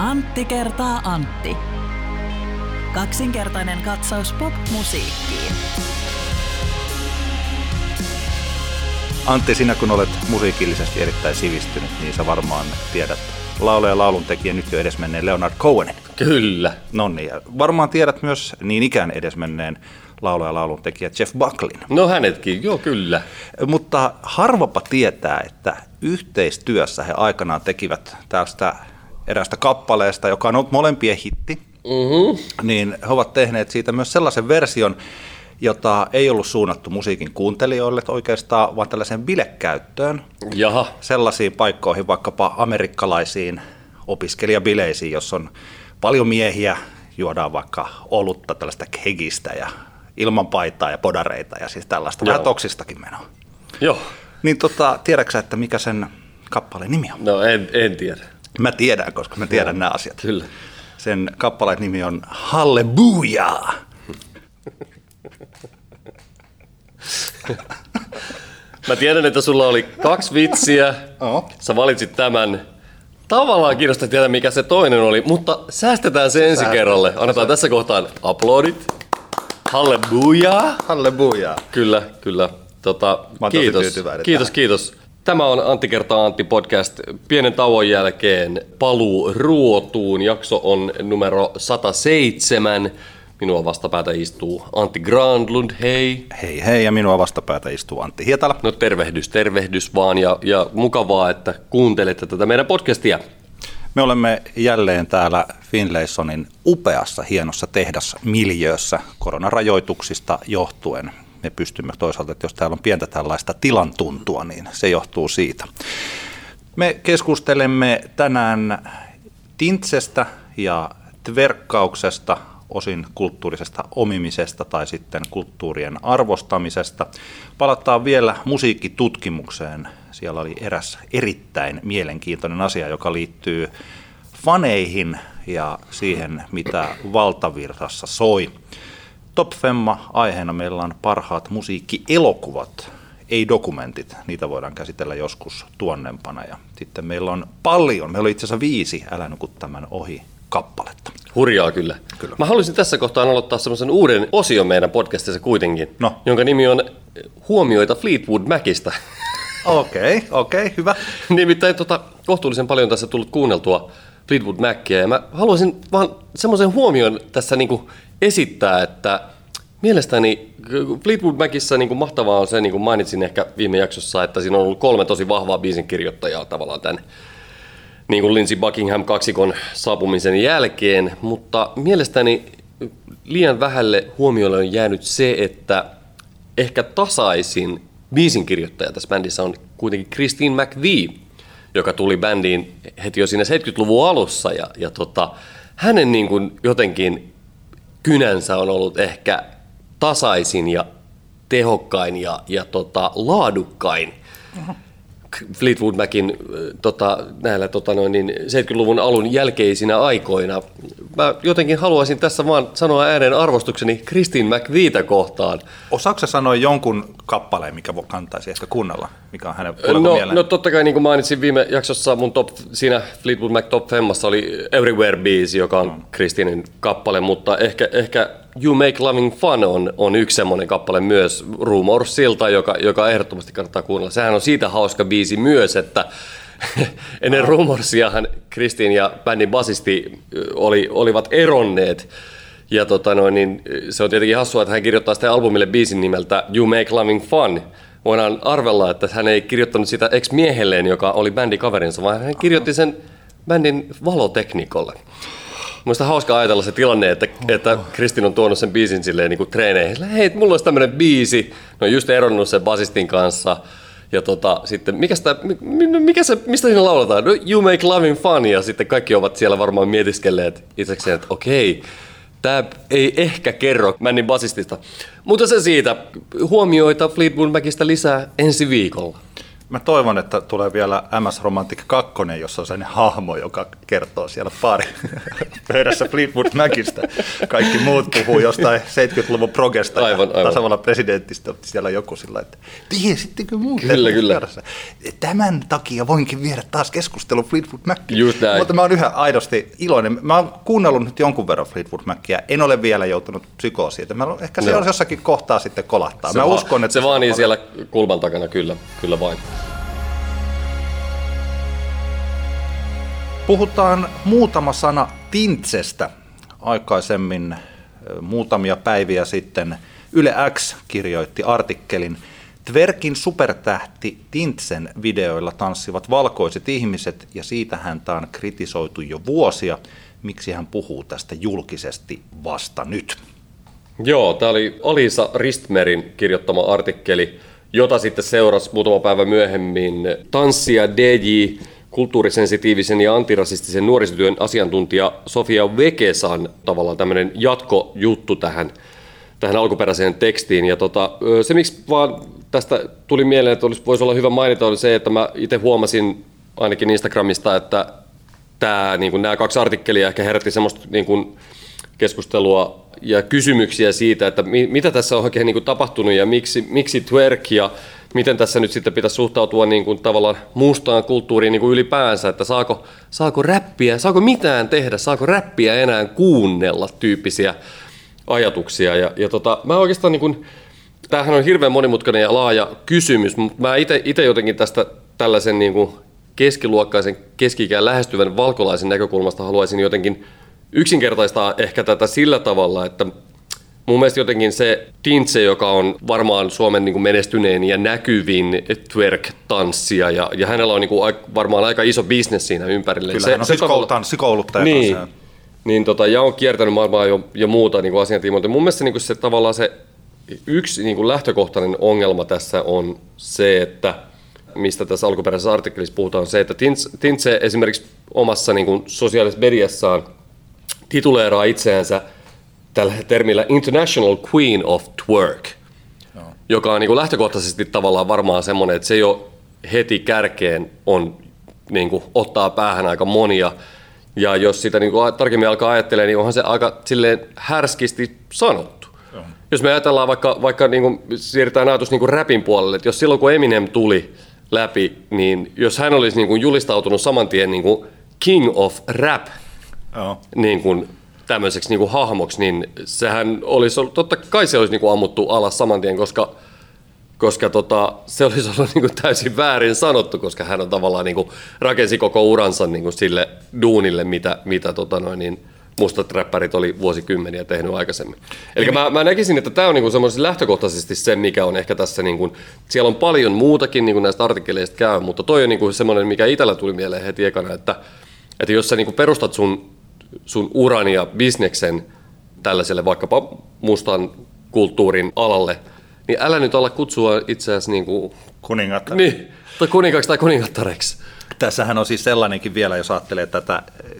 Antti kertaa Antti. Kaksinkertainen katsaus pop-musiikkiin. Antti, sinä kun olet musiikillisesti erittäin sivistynyt, niin sä varmaan tiedät laulaja ja lauluntekijä nyt jo edesmenneen Leonard Cohenin. Kyllä. Noniin, ja varmaan tiedät myös niin ikään edesmenneen laulaja ja lauluntekijä Jeff Buckleyn. No hänetkin, joo kyllä. Mutta harvapa tietää, että yhteistyössä he aikanaan tekivät tästä eräästä kappaleesta, joka on ollut molempien hitti, niin he ovat tehneet siitä myös sellaisen version, jota ei ollut suunnattu musiikin kuuntelijoille oikeastaan, vaan tällaiseen bilekäyttöön. Jaha. Sellaisiin paikkoihin, vaikkapa amerikkalaisiin opiskelijabileisiin, jossa on paljon miehiä, juodaan vaikka olutta, tällaista kegistä ja ilman paitaa ja podareita ja siis tällaista vähän toksistakin menoa. Joo. Niin tiedätkö sä, että mikä sen kappaleen nimi on? No en tiedä. Mä tiedän, koska mä tiedän nämä asiat. Kyllä. Sen kappaleen nimi on Hallelujah. Mä tiedän, että sulla oli 2 vitsiä. Sä valitsit tämän. Tavallaan kiinnostaa tietää, mikä se toinen oli, mutta säästetään se ensi kerralle. Annetaan tässä kohtaan aplodit. Hallelujah. Hallelujah. Kyllä. Kiitos. Tämä on Antti kertaa Antti podcast. Pienen tauon jälkeen paluu ruotuun. Jakso on numero 107. Minua vastapäätä istuu Antti Granlund, hei. Hei, ja minua vastapäätä istuu Antti Hietala. No tervehdys vaan ja mukavaa, että kuuntelette tätä meidän podcastia. Me olemme jälleen täällä Finlaysonin upeassa, hienossa tehdasmiljöössä koronarajoituksista johtuen. Me pystymme toisaalta, että jos täällä on pientä tällaista tilan tuntua, niin se johtuu siitä. Me keskustelemme tänään tintsestä ja tverkkauksesta, osin kulttuurisesta omimisesta tai sitten kulttuurien arvostamisesta. Palataan vielä musiikkitutkimukseen. Siellä oli eräs erittäin mielenkiintoinen asia, joka liittyy faneihin ja siihen, mitä valtavirrassa soi. Top Femma aiheena meillä on parhaat musiikkielokuvat, ei dokumentit. Niitä voidaan käsitellä joskus tuonnempana. Ja sitten meillä on meillä on itse asiassa 5 Älä nuku tämän ohi kappaletta. Hurjaa kyllä. Mä haluaisin tässä kohtaa aloittaa semmoisen uuden osion meidän podcastissa kuitenkin, jonka nimi on Huomioita Fleetwood Macista. Okei, hyvä. Nimittäin kohtuullisen paljon tässä tullut kuunneltua Fleetwood Macia, ja mä haluaisin vaan semmoisen huomion tässä niinku esittää, että mielestäni Fleetwood Macissa niinku mahtavaa on se, niin kuin mainitsin ehkä viime jaksossa, että siinä on ollut 3 tosi vahvaa biisinkirjoittajaa tavallaan tämän niin kuin Lindsey Buckingham kaksikon saapumisen jälkeen, mutta mielestäni liian vähälle huomiolle on jäänyt se, että ehkä tasaisin biisinkirjoittaja tässä bändissä on kuitenkin Christine McVie, joka tuli bändiin heti jo siinä 70-luvun alussa ja hänen niin kuin jotenkin kynänsä on ollut ehkä tasaisin ja tehokkain ja laadukkain. Fleetwood Macin näillä 70-luvun alun jälkeisinä aikoina. Mä jotenkin haluaisin tässä vaan sanoa ääneen arvostukseni Christine McVietä kohtaan. Osaatko sä sanoa jonkun kappaleen, mikä kantaisi ehkä kunnalla? Mikä on hänen mieleen? No totta kai, niin kuin mainitsin viime jaksossa, siinä Fleetwood Mac Top Femmassa oli Everywhere-biisi, joka on Christinen kappale, mutta ehkä You Make Loving Fun on yksi semmoinen kappale myös Rumorsilta, joka ehdottomasti kannattaa kuunnella. Sehän on siitä hauska biisi myös, että ennen Rumorsiahan Christine ja bändin basisti olivat eronneet. Ja se on tietenkin hassua, että hän kirjoittaa sitä albumille biisin nimeltä You Make Loving Fun. Voidaan arvella, että hän ei kirjoittanut sitä ex-miehelleen, joka oli bändikaverinsa, vaan hän kirjoitti sen bändin valoteknikolle. Mielestäni on hauska ajatella se tilanne, että Kristin on tuonut sen biisin silleen niin kuin treeneihin. Hei, mulla olisi tämmöinen biisi. No just eronnut sen basistin kanssa. Ja sitten, mistä siinä lauletaan? No, You Make Loving Fun. Ja sitten kaikki ovat siellä varmaan mietiskelleet itsekseen, että okei, tämä ei ehkä kerro bändin basistista. Mutta se siitä. Huomioita Fleetwood Macista lisää ensi viikolla. Mä toivon, että tulee vielä MS Romantic 2, jossa on sellainen hahmo, joka kertoo siellä pöydässä Fleetwood Macistä. Kaikki muut puhuu jostain 70-luvun progesta aivan. tasavallan presidenttistä. Siellä joku sillä, että tiesittekö muuten? Kyllä. Tämän takia voinkin viedä taas keskustelun Fleetwood Maciin. Just näin. Mutta mä oon yhä aidosti iloinen. Mä oon kuunnellut nyt jonkun verran Fleetwood Macia. En ole vielä joutunut psykoosiin. Ehkä se on jossakin kohtaa sitten kolahtaa. Mä uskon, että se vaan niin siellä kulman takana, kyllä vain. Puhutaan muutama sana Tintsestä. Aikaisemmin muutamia päiviä sitten Yle X kirjoitti artikkelin Tverkin supertähti Tintsen videoilla tanssivat valkoiset ihmiset ja siitä häntä on kritisoitu jo vuosia. Miksi hän puhuu tästä julkisesti vasta nyt? Joo, tämä oli Alisa Ristmerin kirjoittama artikkeli, jota sitten seurasi muutama päivä myöhemmin tanssija DJ, kulttuurisensitiivisen ja antirasistisen nuorisotyön asiantuntija Sofia Vekesan tavallaan tämmöinen jatkojuttu tähän alkuperäiseen tekstiin. Ja se, miksi vaan tästä tuli mieleen, että voisi olla hyvä mainita, oli se, että mä itse huomasin ainakin Instagramista, että nämä kaksi artikkelia ehkä herätti semmoista keskustelua ja kysymyksiä siitä, että mitä tässä on oikein tapahtunut ja miksi twerk ja miten tässä nyt sitten pitäisi suhtautua tavallaan mustaan kulttuuriin ylipäänsä, että saako räppiä, saako mitään tehdä, saako räppiä enää kuunnella tyyppisiä ajatuksia. Ja mä oikeastaan, tämähän on hirveän monimutkainen ja laaja kysymys, mutta mä itse jotenkin tästä tällaisen keskiluokkaisen, keski-ikään lähestyvän valkolaisen näkökulmasta haluaisin jotenkin yksinkertaistaa ehkä tätä sillä tavalla, että mun mielestä jotenkin se Tintse, joka on varmaan Suomen menestyneen ja näkyvin twerk-tanssija, ja hänellä on varmaan aika iso bisnes siinä ympärille. Kyllä, hän on siis tanssikouluttaja. Niin, ja on kiertänyt maailmaa jo muuta asiantiimoilta. Mun mielestä se tavallaan se yksi lähtökohtainen ongelma tässä on se, että mistä tässä alkuperäisessä artikkelissa puhutaan, on se, että Tintse esimerkiksi omassa sosiaalisessa mediassaan tituleeraa itseänsä tällä termillä International Queen of Twerk, joka on lähtökohtaisesti tavallaan varmaan semmoinen, että se jo heti kärkeen ottaa päähän aika monia, ja jos sitä tarkemmin alkaa ajattelemaan, niin onhan se aika silleen härskisti sanottu. Jos me ajatellaan vaikka siirretään ajatus räpin puolelle, että jos silloin kun Eminem tuli läpi, niin jos hän olisi julistautunut saman tien King of Rap, tämmöiseksi hahmoksi, niin sehän olisi ollut, totta kai se olisi ammuttu alas saman tien, koska se olisi ollut täysin väärin sanottu, koska hän on tavallaan rakensi koko uransa sille duunille, mitä mustat räppärit oli vuosikymmeniä tehnyt aikaisemmin. Eli mä näkisin, että tämä on semmoisesti lähtökohtaisesti se, mikä on ehkä tässä, siellä on paljon muutakin näistä artikkeleista käy, mutta toi on semmoinen, mikä itsellä tuli mieleen heti ekana, että jos sä perustat sun uran ja bisneksen tällaiselle vaikkapa mustan kulttuurin alalle, niin älä nyt olla kutsua itseäsi kuningattareksi. Niin, tai kuninkaaksi tai kuningattareksi. Tässähän on siis sellainenkin vielä, jos ajattelee tätä,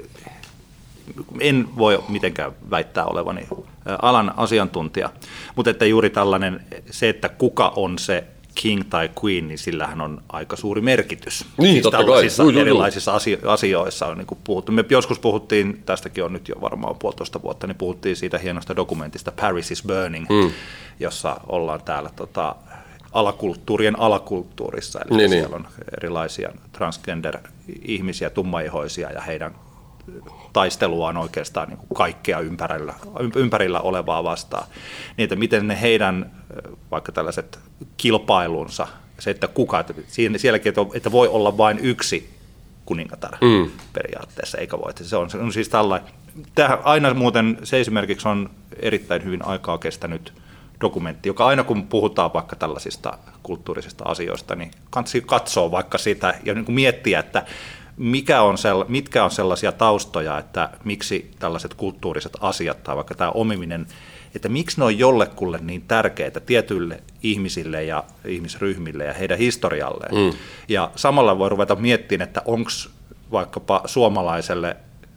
en voi mitenkään väittää olevani alan asiantuntija, mutta että juuri tällainen, se, että kuka on se king tai queen, niin sillähän on aika suuri merkitys. Niin, siis totta kai. Erilaisissa asioissa on puhuttu. Me joskus puhuttiin, tästäkin on nyt jo varmaan 1,5 vuotta, niin puhuttiin siitä hienosta dokumentista Paris is Burning, jossa ollaan täällä alakulttuurien alakulttuurissa. Eli siellä on erilaisia transgender-ihmisiä, tummaihoisia ja heidän taistelua on oikeastaan kaikkea ympärillä olevaa vastaan. Niin, että miten ne heidän vaikka tällaiset kilpailunsa, se, että sielläkin, että voi olla vain yksi kuningatar periaatteessa, eikä voi. Se on siis tällainen. Aina muuten se esimerkiksi on erittäin hyvin aikaa kestänyt dokumentti, joka aina kun puhutaan vaikka tällaisista kulttuurisista asioista, niin kannattaa katsoa vaikka sitä ja miettiä, että mitkä on sellaisia taustoja, että miksi tällaiset kulttuuriset asiat tai vaikka tämä omiminen, että miksi ne on jollekulle niin tärkeitä tietyille ihmisille ja ihmisryhmille ja heidän historialleen. Ja samalla voi ruveta miettimään, että onko vaikkapa suomalaiselle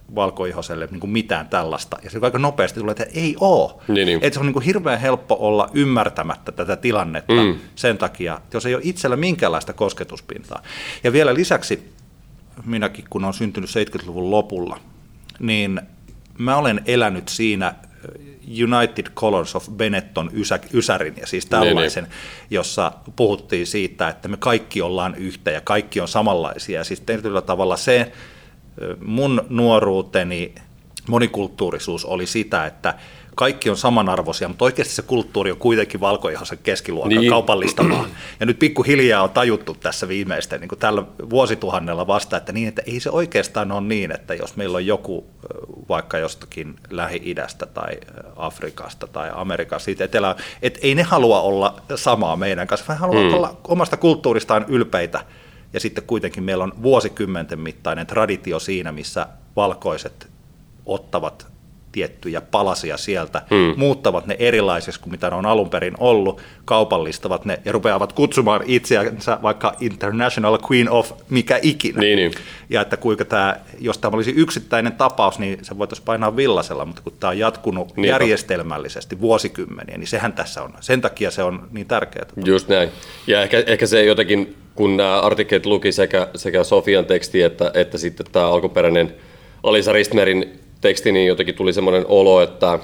valkoihoselle niin kuin mitään tällaista. Ja se aika nopeasti tulee, että ei ole. Niin. Että se on niin kuin hirveän helppo olla ymmärtämättä tätä tilannetta sen takia, jos ei ole itsellä minkäänlaista kosketuspintaa. Ja vielä lisäksi, minäkin kun olen syntynyt 70-luvun lopulla, niin mä olen elänyt siinä United Colors of Benetton ysärin ja siis tällaisen, jossa puhuttiin siitä, että me kaikki ollaan yhtä ja kaikki on samanlaisia. Ja siis tietyllä tavalla se mun nuoruuteni monikulttuurisuus oli sitä, että kaikki on samanarvoisia, mutta oikeasti se kulttuuri on kuitenkin valkoihoisen keskiluokan kaupallistamaa. Ja nyt pikkuhiljaa on tajuttu tässä viimeisten niin kuin tällä vuosituhannella vasta, että ei se oikeastaan ole niin, että jos meillä on joku vaikka jostakin Lähi-idästä tai Afrikasta tai Amerikasta, siitä etelään, että ei ne halua olla samaa meidän kanssa, vaan haluaa olla omasta kulttuuristaan ylpeitä. Ja sitten kuitenkin meillä on vuosikymmenten mittainen traditio siinä, missä valkoiset ottavat tiettyjä palasia sieltä, muuttavat ne erilaisiksi kuin mitä ne on alun perin ollut, kaupallistavat ne ja rupeavat kutsumaan itseänsä vaikka International Queen of mikä ikinä. Niin. Ja että kuinka tämä, jos tämä olisi yksittäinen tapaus, niin se voitaisiin painaa villasella, mutta kun tämä on jatkunut järjestelmällisesti vuosikymmeniä, niin sehän tässä on. Sen takia se on niin tärkeää. Just näin. Ja ehkä se jotenkin, kun nämä artikkelit luki sekä Sofian teksti että sitten tämä alkuperäinen Alisa Ristmerin teksti, niin jotenkin tuli semmoinen olo, että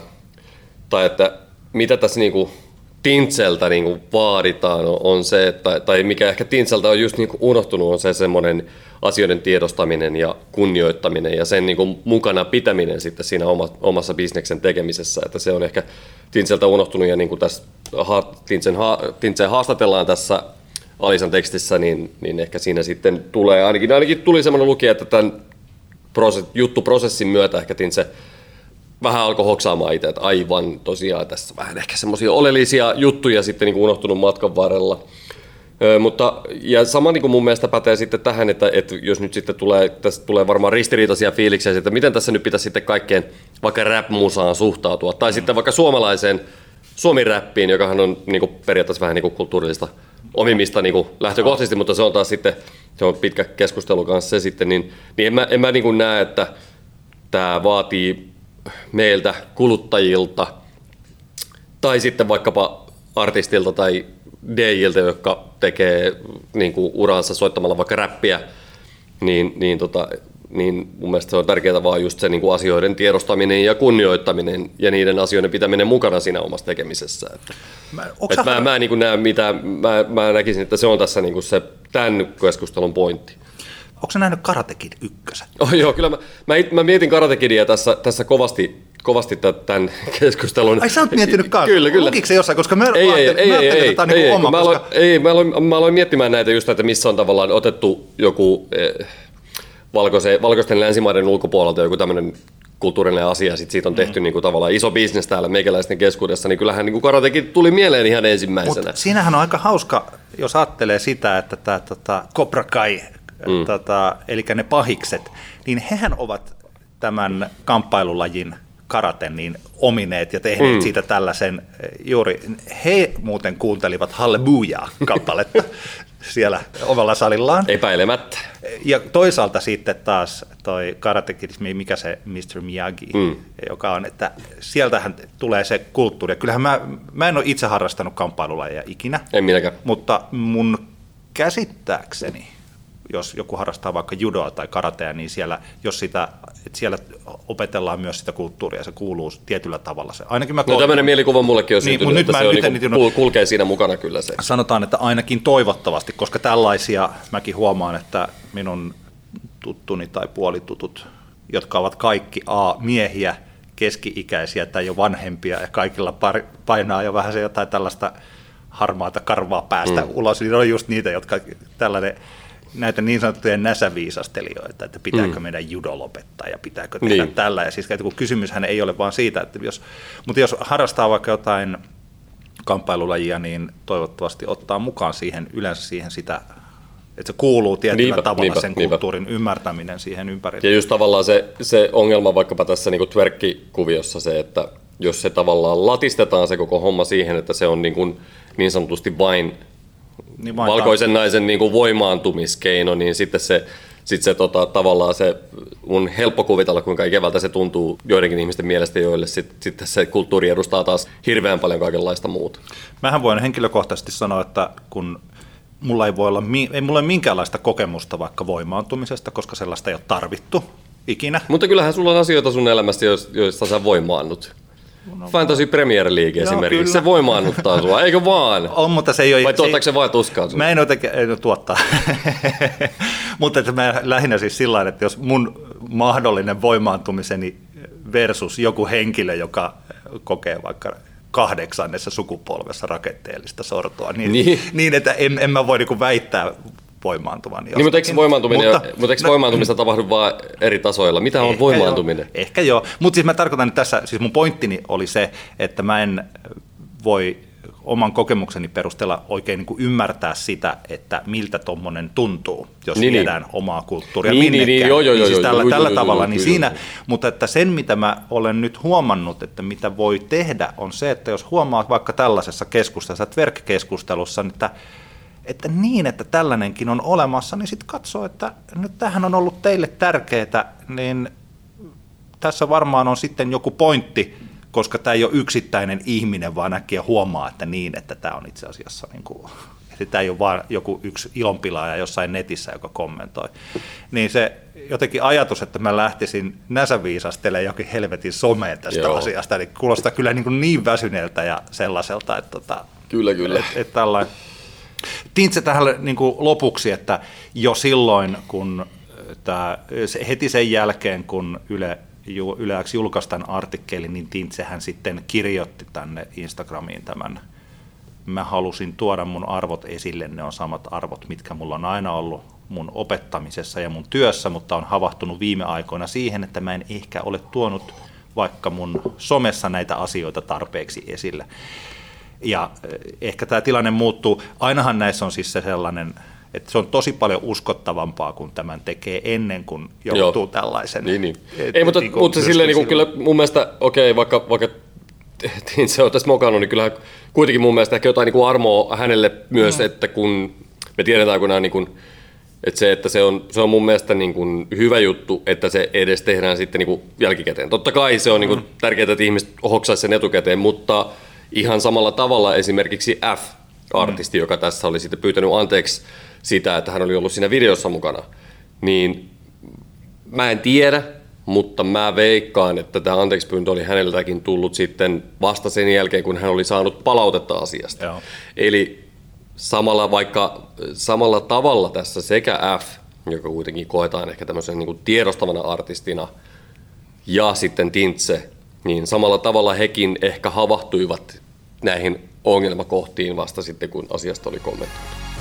mitä tässä niinku Tintseltä niinku vaaditaan on se, tai mikä ehkä Tintseltä on just niinku unohtunut, on se semmoinen asioiden tiedostaminen ja kunnioittaminen ja sen niinku mukana pitäminen sitten siinä omassa bisneksen tekemisessä, että se on ehkä Tintseltä unohtunut ja niinku tässä Tintsen haastatellaan tässä Alisan tekstissä, niin ehkä siinä sitten tulee, ainakin tuli semmoinen lukija, että tämän juttuprosessin myötä ehkä se vähän alkoi hoksaamaan itse, että aivan tosiaan tässä vähän ehkä semmoisia oleellisia juttuja sitten niin kuin unohtunut matkan varrella. Mutta ja sama niin kuin mun mielestä pätee sitten tähän, että jos nyt sitten tässä tulee varmaan ristiriitaisia fiiliksiä, että miten tässä nyt pitäisi sitten kaikkeen vaikka rap-musaan suhtautua, tai sitten vaikka suomalaiseen suomi-räppiin, jokahan on niin kuin periaatteessa vähän niin kuin kulttuurillista omimista niin kuin lähtökohtaisesti, mutta se on taas sitten se on pitkä keskustelu kanssa se sitten, niin en mä niin kuin näe, että tämä vaatii meiltä kuluttajilta tai sitten vaikkapa artistilta tai DJiltä, jotka tekee niin kuin uransa soittamalla vaikka räppiä, niin mun mielestä se on tärkeää vaan just se niin kuin asioiden tiedostaminen ja kunnioittaminen ja niiden asioiden pitäminen mukana siinä omassa tekemisessä. Mä en niin kuin näe mitään, mä näkisin, että se on tässä niin kuin se tämän keskustelun pointti. Onko sä nähnyt Karate Kid 1? Joo, kyllä mä mietin Karate Kidia tässä kovasti tämän keskustelun. Ai sä oot miettinyt kanssa? Kyllä. Lukiko se jossain, koska mä ajattelin, että tämä on niin oma. Mä aloin miettimään näitä just, että missä on tavallaan otettu joku valkoisten länsimaiden ulkopuolelta joku tämmöinen kulttuurinen asia, ja siitä on tehty niin kuin tavallaan iso bisnes täällä meikäläisten keskuudessa, niin kyllähän niin Karate Kid tuli mieleen ihan ensimmäisenä. Mut siinähän on aika hauska, jos ajattelee sitä, että tämä Cobra Kai, eli ne pahikset, niin hehän ovat tämän kamppailulajin karaten niin omineet ja tehneet siitä tällaisen juuri. He muuten kuuntelivat Hallelujah-kappaletta siellä omalla salillaan. Epäilemättä. Ja toisaalta sitten taas toi Karate Kid, mikä se Mr. Miyagi, joka on, että sieltähän tulee se kulttuuri. Ja kyllähän mä en ole itse harrastanut kamppailulajeja ikinä. En minäkään. Mutta mun käsittääkseni, jos joku harrastaa vaikka judoa tai karatea, niin siellä opetellaan myös sitä kulttuuria, se kuuluu tietyllä tavalla. Ainakin tämmöinen mielikuva mullekin on syntynyt, että se kulkee siinä mukana kyllä se. Sanotaan, että ainakin toivottavasti, koska tällaisia mäkin huomaan, että minun tuttuni tai puolitutut, jotka ovat kaikki miehiä, keski-ikäisiä tai jo vanhempia ja kaikilla painaa jo vähän se jotain tällaista harmaata karvaa päästä ulos, niin on just niitä, jotka näitä niin sanottuja näsäviisastelijoita, että pitääkö meidän judo lopettaa ja pitääkö tehdä tällä. Ja siis kun kysymyshän ei ole vaan siitä, että mutta jos harrastaa vaikka jotain kamppailulajia, niin toivottavasti ottaa mukaan yleensä siihen sitä, että se kuuluu tietyllä tavalla sen kulttuurin ymmärtäminen siihen ympärille. Ja just tavallaan se ongelma vaikkapa tässä niin kuin twerkkikuviossa se, että jos se tavallaan latistetaan se koko homma siihen, että se on niin sanotusti vain valkoisen naisen niin kuin voimaantumiskeino, niin sitten sitten se tavallaan se on helppo kuvitella, kuinka ikävältä se tuntuu joidenkin ihmisten mielestä, joille sitten se kulttuuri edustaa taas hirveän paljon kaikenlaista muuta. Mähän voin henkilökohtaisesti sanoa, että kun mulla ei ole minkäänlaista kokemusta vaikka voimaantumisesta, koska sellaista ei ole tarvittu ikinä. Mutta kyllähän sulla on asioita sun elämässä, joista sä voimaannut. Fantasy Premier League esimerkiksi, kyllä. Se voimaannuttaa sua, eikö vaan? On, mutta se ei ole... Vai tuottaako se vaan tuskaa sun? Mä en tuottaa. Mutta että mä lähinnä siis sillä tavalla, että jos mun mahdollinen voimaantumiseni versus joku henkilö, joka kokee vaikka 8. sukupolvessa rakenteellista sortoa, niin että en mä voi niinku väittää voimaantuvan. Niin, mutta eikö voimaantumista tapahdu vaan eri tasoilla? Mitä on voimaantuminen? Ehkä joo, mutta siis mä tarkoitan, että tässä, siis mun pointtini oli se, että mä en voi oman kokemukseni perusteella oikein niin kuin ymmärtää sitä, että miltä tommonen tuntuu, jos viedään omaa kulttuuria minnekään. Siis tällä tavalla, niin siinä, mutta että sen, mitä mä olen nyt huomannut, että mitä voi tehdä, on se, että jos huomaat vaikka tällaisessa keskustelussa, Twerk-keskustelussa, että niin, että tällainenkin on olemassa, niin sitten katsoo, että nyt tämähän on ollut teille tärkeää, niin tässä varmaan on sitten joku pointti, koska tämä ei ole yksittäinen ihminen, vaan äkkiä huomaa, että niin, että tämä on itse asiassa, niin kuin, että tämä ei ole vaan joku yksi ilonpilaaja jossain netissä, joka kommentoi. Niin se jotenkin ajatus, että mä lähtisin näsäviisastelemaan jokin helvetin someen tästä asiasta, niin kuulostaa kyllä niin väsyneeltä ja sellaiselta, että Kyllä. Että tällainen. Tintse tähän niin kuin lopuksi, että jo silloin, kun heti sen jälkeen, kun Yle X julkaisi tämän artikkelin, niin Tintsehän sitten kirjoitti tänne Instagramiin tämän. Mä halusin tuoda mun arvot esille, ne on samat arvot, mitkä mulla on aina ollut mun opettamisessa ja mun työssä, mutta on havahtunut viime aikoina siihen, että mä en ehkä ole tuonut vaikka mun somessa näitä asioita tarpeeksi esille. Ja ehkä tämä tilanne muuttuu. Ainahan näissä on siis se sellainen, että se on tosi paljon uskottavampaa, kun tämän tekee ennen kuin joutuu tällaisen. Niin. Ei, mutta silleen niin kyllä mun mielestä, vaikka se on tässä mokannut, niin kyllähän kuitenkin mun mielestä ehkä jotain niin armoa hänelle myös, että kun me tiedetään, kun nämä niin kuin, että se on mun mielestä niin kuin hyvä juttu, että se edes tehdään sitten niin kuin jälkikäteen. Totta kai se on niin kuin tärkeää, että ihmiset hoksaisi sen etukäteen, mutta ihan samalla tavalla esimerkiksi F-artisti, joka tässä oli sitten pyytänyt anteeksi sitä, että hän oli ollut siinä videossa mukana, niin mä en tiedä, mutta mä veikkaan, että tämä anteeksipyyntö oli häneltäkin tullut sitten vasta sen jälkeen, kun hän oli saanut palautetta asiasta. Joo. Eli samalla tavalla tässä sekä F, joka kuitenkin koetaan ehkä tämmöisen niin kuin tiedostavana artistina, ja sitten Tintse, niin samalla tavalla hekin ehkä havahtuivat näihin ongelmakohtiin vasta sitten, kun asiasta oli kommentoitu.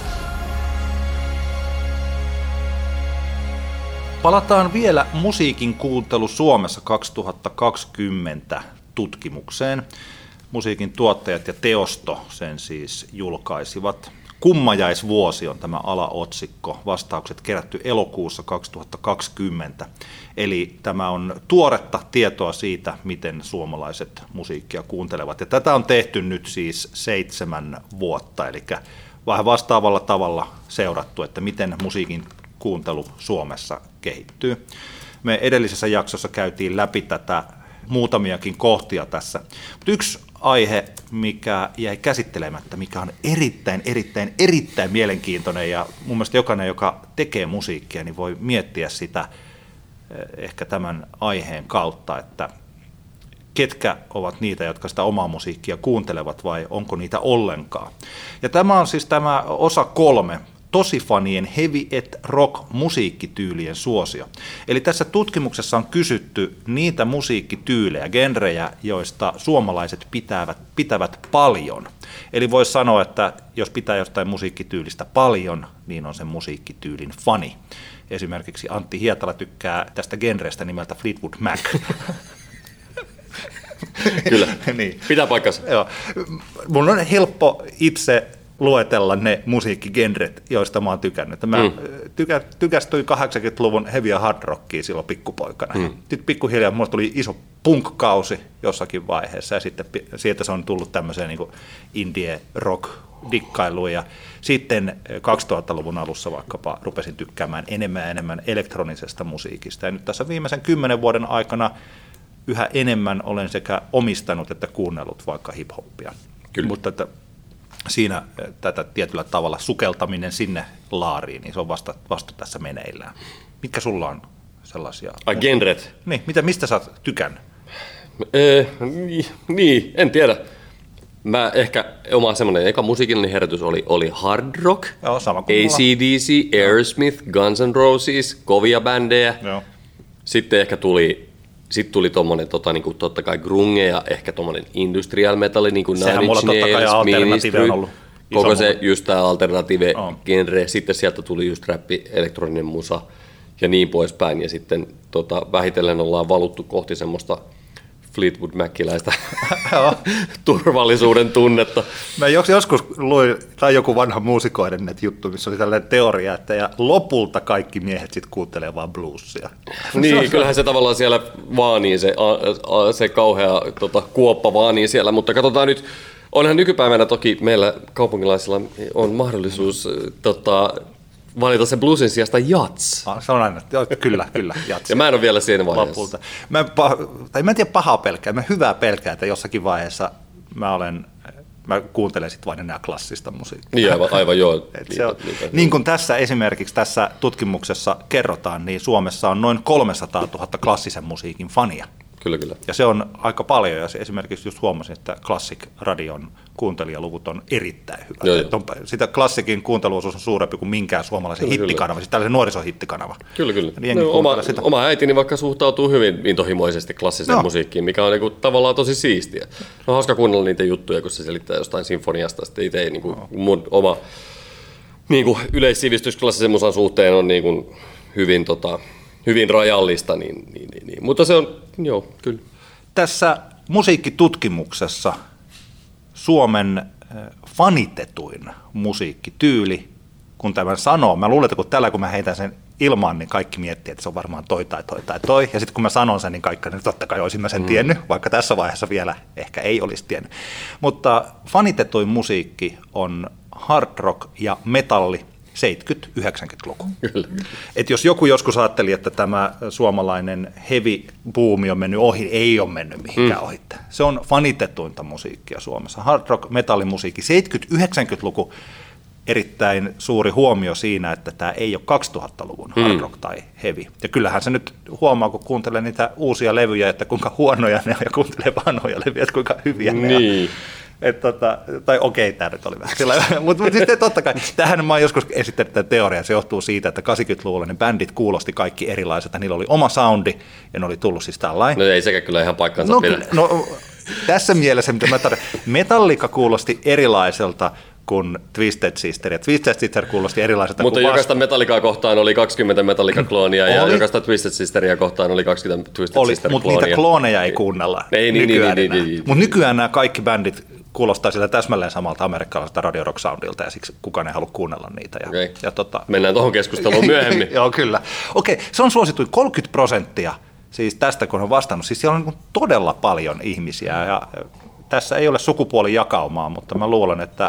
Palataan vielä musiikin kuuntelu Suomessa 2020 tutkimukseen. Musiikin tuottajat ja Teosto sen siis julkaisivat. Kummajaisvuosi on tämä alaotsikko, vastaukset kerätty elokuussa 2020. Eli tämä on tuoretta tietoa siitä, miten suomalaiset musiikkia kuuntelevat. Ja tätä on tehty nyt siis 7 vuotta, eli vähän vastaavalla tavalla seurattu, että miten musiikin kuuntelu Suomessa kehittyy. Me edellisessä jaksossa käytiin läpi tätä muutamiakin kohtia tässä. Mutta yksi aihe, mikä jäi käsittelemättä, mikä on erittäin mielenkiintoinen, ja mun mielestä jokainen, joka tekee musiikkia, niin voi miettiä sitä ehkä tämän aiheen kautta, että ketkä ovat niitä, jotka sitä omaa musiikkia kuuntelevat, vai onko niitä ollenkaan. Ja tämä on siis tämä osa 3, tosifanien heavy et rock musiikkityylien suosio. Eli tässä tutkimuksessa on kysytty niitä musiikkityylejä, genrejä, joista suomalaiset pitävät paljon. Eli voisi sanoa, että jos pitää jostain musiikkityylistä paljon, niin on sen musiikkityylin fani. Esimerkiksi Antti Hietala tykkää tästä genrestä nimeltä Fleetwood Mac. Kyllä, niin. Pitää paikkansa. Joo. Mun on helppo itse luetella ne musiikkigenret, joista mä oon tykännyt. Mä tykästyin 80-luvun heavy ja hard rockia silloin pikkupoikana. Sitten pikkuhiljaa mulla tuli iso punk-kausi jossakin vaiheessa, ja sitten sieltä se on tullut tämmöiseen niin indie rock dikkailuun, ja sitten 2000-luvun alussa vaikkapa rupesin tykkäämään enemmän ja enemmän elektronisesta musiikista, ja nyt tässä viimeisen 10 vuoden aikana yhä enemmän olen sekä omistanut että kuunnellut vaikka hip-hoppia. Kyllä. Mutta että siinä tätä tietyllä tavalla sukeltaminen sinne laariin, niin se on vasta tässä meneillään. Mitkä sulla on sellaisia? Ai genret? Niin, mistä sä oot tykännyt? Niin, en tiedä. Mä ehkä oma semmoinen eka musiikillinen herätys oli hard rock, joo, sama kuin AC/DC, Aerosmith, Guns N' Roses, kovia bändejä. Joo. Sitten ehkä tuli tommonen niinku, totta kai grunge ja ehkä tommonen industrial metalli, niin kuin Nine Inch Nails, Ministry, koko se just tää alternative genre. Sitten sieltä tuli just räppi, elektroninen musa ja niin poispäin. Ja sitten vähitellen ollaan valuttu kohti semmoista Fleetwood Maciläistä turvallisuuden tunnetta. Mä joskus luin, tai joku vanha muusikoiden juttu, missä oli tällainen teoria, että ja lopulta kaikki miehet sitten kuuntelee vaan bluesia. Niin, kyllähän se tavallaan siellä vaanii, se kauhea kuoppa vaanii siellä, mutta katsotaan nyt, onhan nykypäivänä toki meillä kaupunkilaisilla on mahdollisuus valita sen bluesin sijasta jats. Se on aina, kyllä, jats. Ja mä en ole vielä siinä vaiheessa. Lopulta. Mä en tiedä pahaa pelkää, mä hyvää pelkää, että jossakin vaiheessa mä kuuntelen sitten vain enää klassista musiikkia. Niin, aivan joo. Niin kuin esimerkiksi tässä tutkimuksessa kerrotaan, niin Suomessa on noin 300 000 klassisen musiikin fania. Kyllä. Ja se on aika paljon, ja esimerkiksi just huomasin, että Classic-radion kuuntelijaluvut on erittäin hyvät. Sitä Classicin kuunteluosuus on suurempi kuin minkään suomalaisen hittikanava, siis tällaisen nuorisohittikanava. Kyllä. Oma äitini vaikka suhtautuu hyvin intohimoisesti klassiseen musiikkiin, mikä on niinku tavallaan tosi siistiä. On hauska kuunnella niitä juttuja, kun se selittää jostain sinfoniasta, sitten itse mun oma yleissivistys klassisen musan suhteen on hyvin rajallista, niin. Mutta se on, joo, kyllä. Tässä musiikkitutkimuksessa Suomen fanitetuin musiikkityyli, kun tämän sanoo, mä luulen, että kun mä heitän sen ilmaan, niin kaikki miettii, että se on varmaan toi. Ja sitten kun mä sanon sen, niin kaikki, niin totta kai olisin mä sen tiennyt, vaikka tässä vaiheessa vielä ehkä ei olisi tiennyt. Mutta fanitetuin musiikki on hard rock ja metalli 70-90-luku. Et jos joku joskus ajatteli, että tämä suomalainen heavy-buumi on mennyt ohi, ei ole mennyt mihinkään ohi. Se on fanitetuinta musiikkia Suomessa. Hard rock, metallimusiikki. 70-90-luku erittäin suuri huomio siinä, että tämä ei ole 2000-luvun hard rock tai heavy. Ja kyllähän se nyt huomaa, kun kuuntelee niitä uusia levyjä, että kuinka huonoja ne on, ja kuuntelee vanhoja levyjä, että kuinka hyviä ne on. Tai okei, tämä nyt oli vähän sillä, mutta sitten totta kai, tähän mä oon joskus esittänyt tämän teoriaa, se johtuu siitä, että 80-luvulla ne bändit kuulosti kaikki erilaiset, että niillä oli oma soundi, ja ne oli tullut siis tällainen. No ei sekä kyllä ihan paikkansa pidä. Tässä mielessä, mitä mä tarvitsen, Metallica kuulosti erilaiselta kuin Twisted Sister, ja Twisted Sister kuulosti erilaiselta mutta kuin jokaista Metallicaa kohtaan oli 20 Metallica-kloonia, ja jokaista Twisted Sisteria kohtaan oli 20 Twisted Sister-kloonia. Mutta niitä klooneja ei kuunnella nykyään enää. Mutta nykyään nämä kaikki bändit kuulostaa sillä täsmälleen samalta amerikkalaiselta radio rock soundilta, ja siksi kukaan ei halua kuunnella niitä. Mennään tuohon keskusteluun myöhemmin. Joo, kyllä. Okei, se on suosituin 30%, siis tästä kun on vastannut. Siis siellä on niin todella paljon ihmisiä, ja tässä ei ole sukupuolijakaumaa, mutta mä luulen, että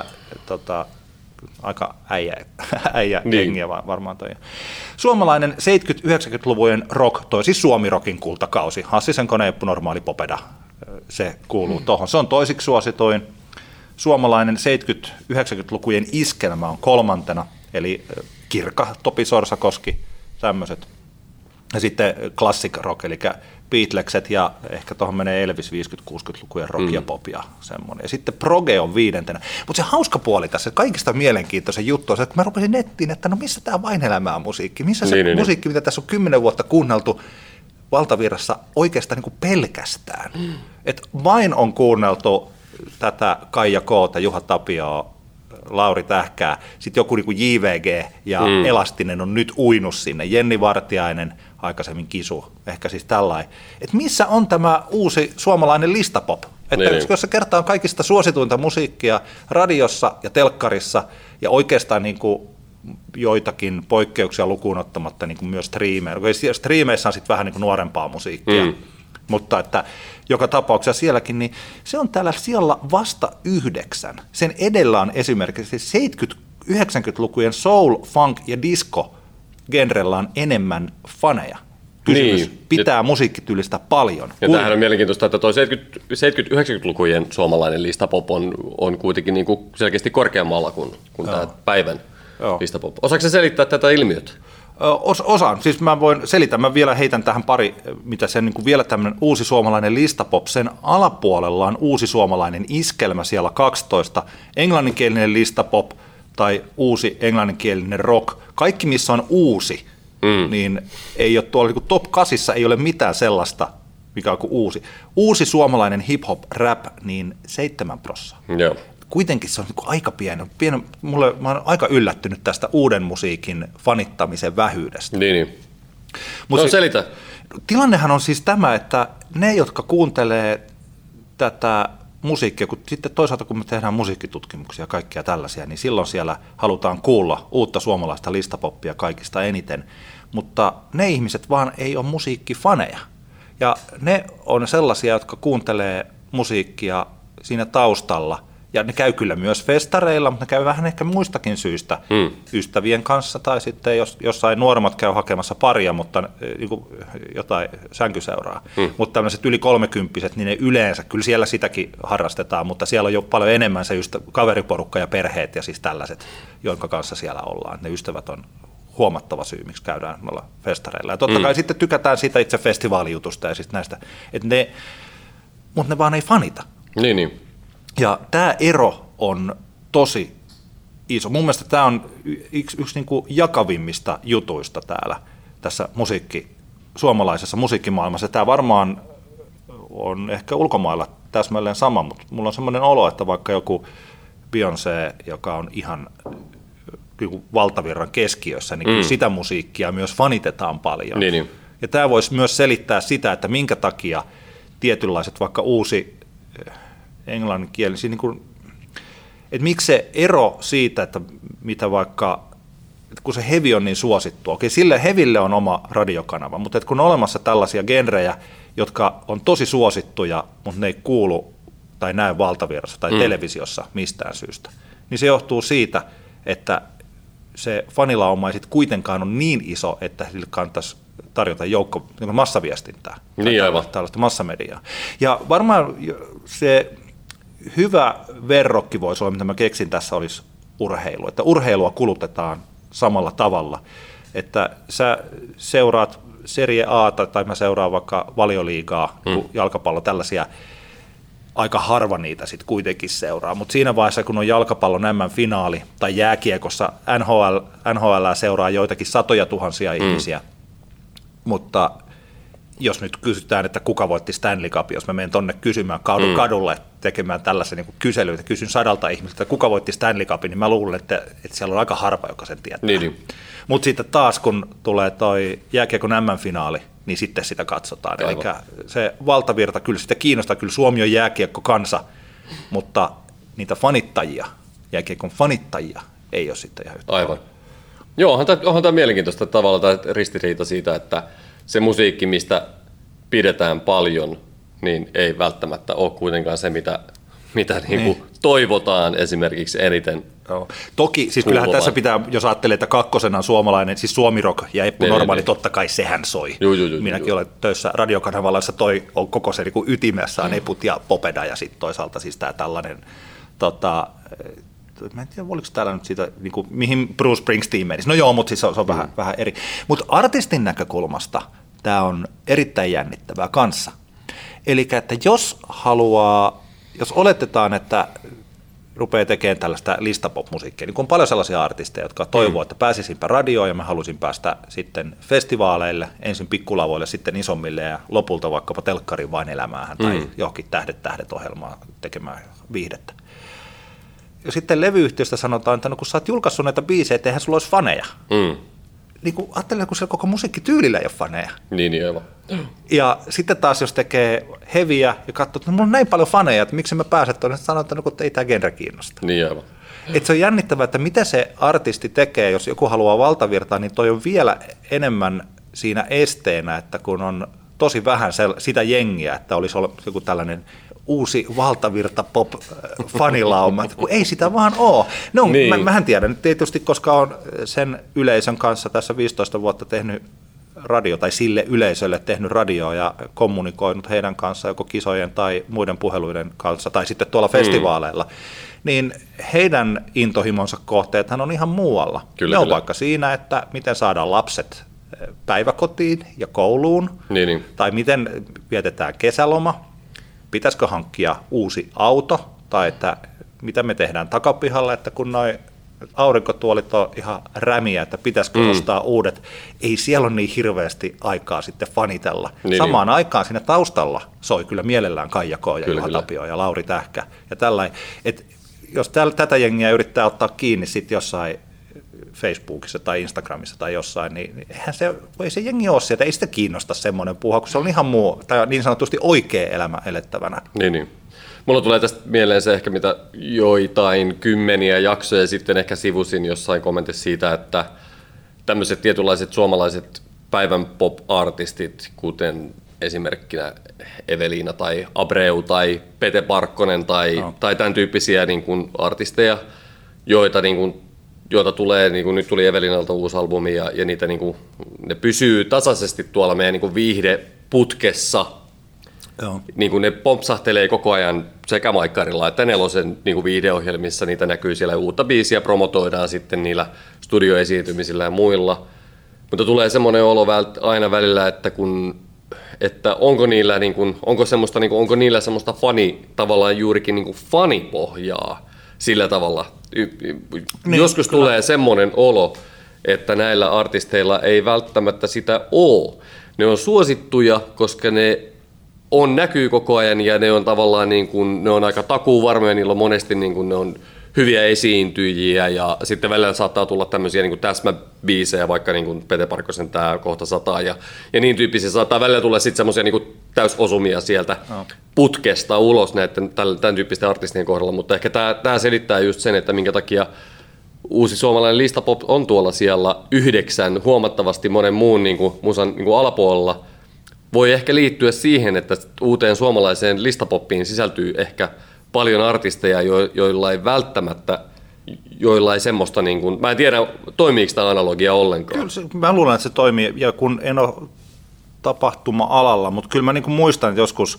aika äijä hengiä varmaan toi. Suomalainen 70-90-luvujen rock, toi siis Suomi-rockin kultakausi, Hassisen Koneeppu, Normaali Popeda, se kuuluu tuohon. Se on toisiksi suosituin. Suomalainen 70-90-lukujen iskelmä on kolmantena, eli Kirka, Topi Sorsakoski, tämmöiset. Ja sitten classic rock, eli Beatlekset ja ehkä tuohon menee Elvis 50-60-lukujen rock ja pop ja semmoinen. Ja sitten proge on viidentenä. Mutta se hauska puoli tässä, kaikista mielenkiintoisen juttu on se, että mä rupesin nettiin, että no missä tämä vain elämää musiikki, missä se musiikki, mitä tässä on 10 vuotta kuunneltu valtavirrassa oikeastaan niin kuin pelkästään. Että vain on kuunneltu tätä Kaija Koota, Juha Tapioa, Lauri Tähkää, sitten joku niin kuin JVG ja Elastinen on nyt uinut sinne, Jenni Vartiainen, aikaisemmin Kisu, ehkä siis tällainen. Että missä on tämä uusi suomalainen listapop? Että Niin. jos se kertaa kaikista suosituinta musiikkia radiossa ja telkkarissa ja oikeastaan niin kuin joitakin poikkeuksia lukuun ottamatta niin kuin myös striimeissä on sitten vähän niin kuin nuorempaa musiikkia, mutta että joka tapauksessa sielläkin, niin se on täällä siellä vasta 9. Sen edellä on esimerkiksi 70-90-lukujen soul, funk ja disco genrellä on enemmän faneja. Kysymys pitää musiikkityylistä paljon. Ja tämähän on mielenkiintoista, että tuo 70-90-lukujen suomalainen listapop on kuitenkin niin kuin selkeästi korkeammalla kuin tämä päivän listapop. Osaatko sä selittää tätä ilmiötä? Osaan. Siis mä voin selitä. Mä vielä heitän tähän pari, mitä se niin kuin vielä tämmöinen uusi suomalainen listapop. Sen alapuolella on uusi suomalainen iskelmä siellä 12, englanninkielinen listapop tai uusi englanninkielinen rock. Kaikki, missä on uusi, niin ei ole tuolla niin kuin top 8 ei ole mitään sellaista, mikä on kuin uusi. Uusi suomalainen hip-hop rap, niin 7%. Joo. Kuitenkin se on niin kuin aika pieni. Mä oon aika yllättynyt tästä uuden musiikin fanittamisen vähyydestä. Niin. No selitä. Tilannehan on siis tämä, että ne, jotka kuuntelee tätä musiikkia, kun sitten toisaalta kun me tehdään musiikkitutkimuksia ja kaikkia tällaisia, niin silloin siellä halutaan kuulla uutta suomalaista listapoppia kaikista eniten, mutta ne ihmiset vaan ei ole musiikkifaneja. Ja ne on sellaisia, jotka kuuntelee musiikkia siinä taustalla, ja ne käy kyllä myös festareilla, mutta ne käy vähän ehkä muistakin syistä ystävien kanssa, tai sitten jossain nuoremmat käy hakemassa paria, mutta niin kuin jotain sänkyseuraa. Mutta tämmöiset yli 30-vuotiaat, niin ne yleensä, kyllä siellä sitäkin harrastetaan, mutta siellä on jo paljon enemmän se kaveriporukka ja perheet ja siis tällaiset, jonka kanssa siellä ollaan. Ne ystävät on huomattava syy, miksi käydään noilla festareilla. Ja totta kai sitten tykätään siitä itse festivaalijutusta ja siis näistä, mutta ne vaan ei fanita. Niin. Ja tämä ero on tosi iso. Mun mielestä tämä on yksi niin kuin jakavimmista jutuista täällä tässä suomalaisessa musiikkimaailmassa. Tämä varmaan on ehkä ulkomailla täsmälleen sama, mutta mulla on semmoinen olo, että vaikka joku Beyoncé, joka on ihan valtavirran keskiössä, niin sitä musiikkia myös fanitetaan paljon. Niin. Ja tämä voisi myös selittää sitä, että minkä takia tietynlaiset vaikka uusi englanninkielisiä, niin kuin, että miksi se ero siitä, että mitä vaikka, että kun se heavy on niin suosittu, okei, sille heavylle on oma radiokanava, mutta että kun on olemassa tällaisia genrejä, jotka on tosi suosittuja, mutta ne ei kuulu tai näy valtavirrassa tai televisiossa mistään syystä, niin se johtuu siitä, että se fanilauma ei sitten kuitenkaan ole niin iso, että sille kannattaisi tarjota massaviestintää, niin tällaista massamediaa. Ja varmaan se hyvä verrokki voisi olla, mitä mä keksin tässä, olisi urheilu. Että urheilua kulutetaan samalla tavalla. Että sä seuraat Serie A:ta tai mä seuraan vaikka Valioliigaa, jalkapallo, tällaisia, aika harva niitä sitten kuitenkin seuraa. Mutta siinä vaiheessa, kun on jalkapallon MM-finaali tai jääkiekossa, NHL seuraa joitakin satoja tuhansia ihmisiä. Mutta jos nyt kysytään, että kuka voitti Stanley Cup, jos mä menen tonne kysymään kadulle tekemään tällaisen niin kyselyitä, kysyn 100 ihmiseltä, että kuka voitti Stanley Cupin, niin mä luulen, että siellä on aika harva, joka sen tietää. Niin. Mutta sitten taas, kun tulee toi jääkiekon MM-finaali, niin sitten sitä katsotaan. Eli se valtavirta kyllä sitä kiinnostaa, kyllä Suomi on jääkiekko kansa, mutta niitä fanittajia, jääkiekon fanittajia ei ole sitten ihan yhtä. Aivan. Joo, onhan tämä mielenkiintoista tavalla tämä ristiriita siitä, että se musiikki, mistä pidetään paljon, niin ei välttämättä ole kuitenkaan se, mitä niin kuin toivotaan esimerkiksi eniten. Joo. Toki, siis kyllähän tässä pitää, jos ajattelee, että kakkosena on suomalainen, siis Suomi-rock ja Eppu Normaali, totta kai sehän soi. Minäkin olen töissä radiokanavalla, jossa toi on koko se niin kuin ytimessä on Eput ja Popeda ja sitten toisaalta siis tämä tällainen, mä en tiedä, oliko täällä nyt siitä, niin kuin, mihin Bruce Springsteen menisi. No joo, mutta siis se on vähän eri. Mutta artistin näkökulmasta tämä on erittäin jännittävää kanssa. Eli että jos oletetaan, että rupeaa tekemään tällaista listapop-musiikkia, niin kun on paljon sellaisia artisteja, jotka toivoo, että pääsisinpä radioon ja mä halusin päästä sitten festivaaleille, ensin pikkulavoille, sitten isommille ja lopulta vaikkapa telkkariin vain elämään tai johonkin tähdet ohjelmaan tekemään viihdettä. Ja sitten levyyhtiöstä sanotaan, että no kun sä oot julkaissut näitä biisejä, eihän sulla olisi faneja. Niin kun ajattelee, kun siellä koko musiikkityylillä ei ole faneja. Niin aivan. Ja sitten taas, jos tekee heviä ja katsoo, että mulla on näin paljon faneja, että miksi mä pääsen tuonne, että sanoo, että ei tämä genre kiinnosta. Niin aivan. Että se on jännittävää, että mitä se artisti tekee, jos joku haluaa valtavirtaa, niin toi on vielä enemmän siinä esteenä, että kun on tosi vähän sitä jengiä, että olisi joku tällainen uusi valtavirta pop-fanilauma, kun ei sitä vaan ole. No, niin. Mähän tiedän tietysti, koska on sen yleisön kanssa tässä 15 vuotta tehnyt radio, tai sille yleisölle tehnyt radioa ja kommunikoinut heidän kanssaan joko kisojen tai muiden puheluiden kanssa, tai sitten tuolla festivaaleilla, niin heidän intohimonsa kohteethan on ihan muualla. Kyllä, ne on vaikka siinä, että miten saadaan lapset päiväkotiin ja kouluun, tai miten vietetään kesäloma, pitäisikö hankkia uusi auto, tai että mitä me tehdään takapihalle, että kun noi aurinkotuolit on ihan rämiä, että pitäisikö ostaa uudet. Ei siellä ole niin hirveästi aikaa sitten fanitella. Samaan aikaan siinä taustalla soi kyllä mielellään Kaija K. ja Juha Tapio ja Lauri Tähkä ja tällainen. Jos tätä jengiä yrittää ottaa kiinni sitten jossain Facebookissa tai Instagramissa tai jossain, niin ei se jengi ole sieltä, ei sitä kiinnosta semmoinen puhua, kun se on ihan muu, tai niin sanotusti oikea elämä elettävänä. Niin. Mulla tulee tästä mieleen se ehkä, mitä joitain kymmeniä jaksoja sitten ehkä sivusin jossain kommentissa siitä, että tämmöiset tietynlaiset suomalaiset päivän pop-artistit, kuten esimerkkinä Eveliina tai Abreu tai Pete Parkkonen tai tämän tyyppisiä niin kuin artisteja, joita tulee, niin kuin nyt tuli Eveliinalta uusi albumi ja niitä, niin kuin, ne pysyy tasaisesti tuolla meidän niin kuin viihdeputkessa. Joo. Niin kuin ne pompsahtelee koko ajan sekä Maikkarilla että Nelosen niin kuin viihdeohjelmissa, niitä näkyy siellä, uutta biisiä promotoidaan sitten niillä studioesiintymisillä ja muilla. Mutta tulee semmoinen olo aina välillä, että onko niillä niin kuin, onko niillä semmoista tavallaan juurikin niin kuin fanipohjaa sillä tavalla. Niin, joskus kyllä tulee semmoinen olo, että näillä artisteilla ei välttämättä sitä ole. Ne on suosittuja, koska ne näkyy koko ajan ja ne on tavallaan niin kuin, ne on aika takuuvarmoja, niillä on monesti niin kuin, ne on hyviä esiintyjiä ja sitten välillä saattaa tulla tämmöisiä niin kuin täsmäbiisejä, vaikka niin kuin Pete Parkkosen tää kohta 100 ja niin tyyppisiä, saattaa välillä tulla sitten semmoisia niin kuin täysosumia sieltä putkesta ulos näiden tämän tyyppisten artistien kohdalla, mutta ehkä tämä selittää just sen, että minkä takia uusi suomalainen listapop on tuolla siellä 9 huomattavasti monen muun niin kuin musan niin kuin alapuolella. Voi ehkä liittyä siihen, että uuteen suomalaiseen listapoppiin sisältyy ehkä paljon artisteja, joilla ei välttämättä, joilla ei semmoista, niin kuin, mä en tiedä, toimiiko tämä analogia ollenkaan. Kyllä, mä luulen, että se toimii, ja kun en ole tapahtuma-alalla, mutta kyllä mä niin kuin muistan, että joskus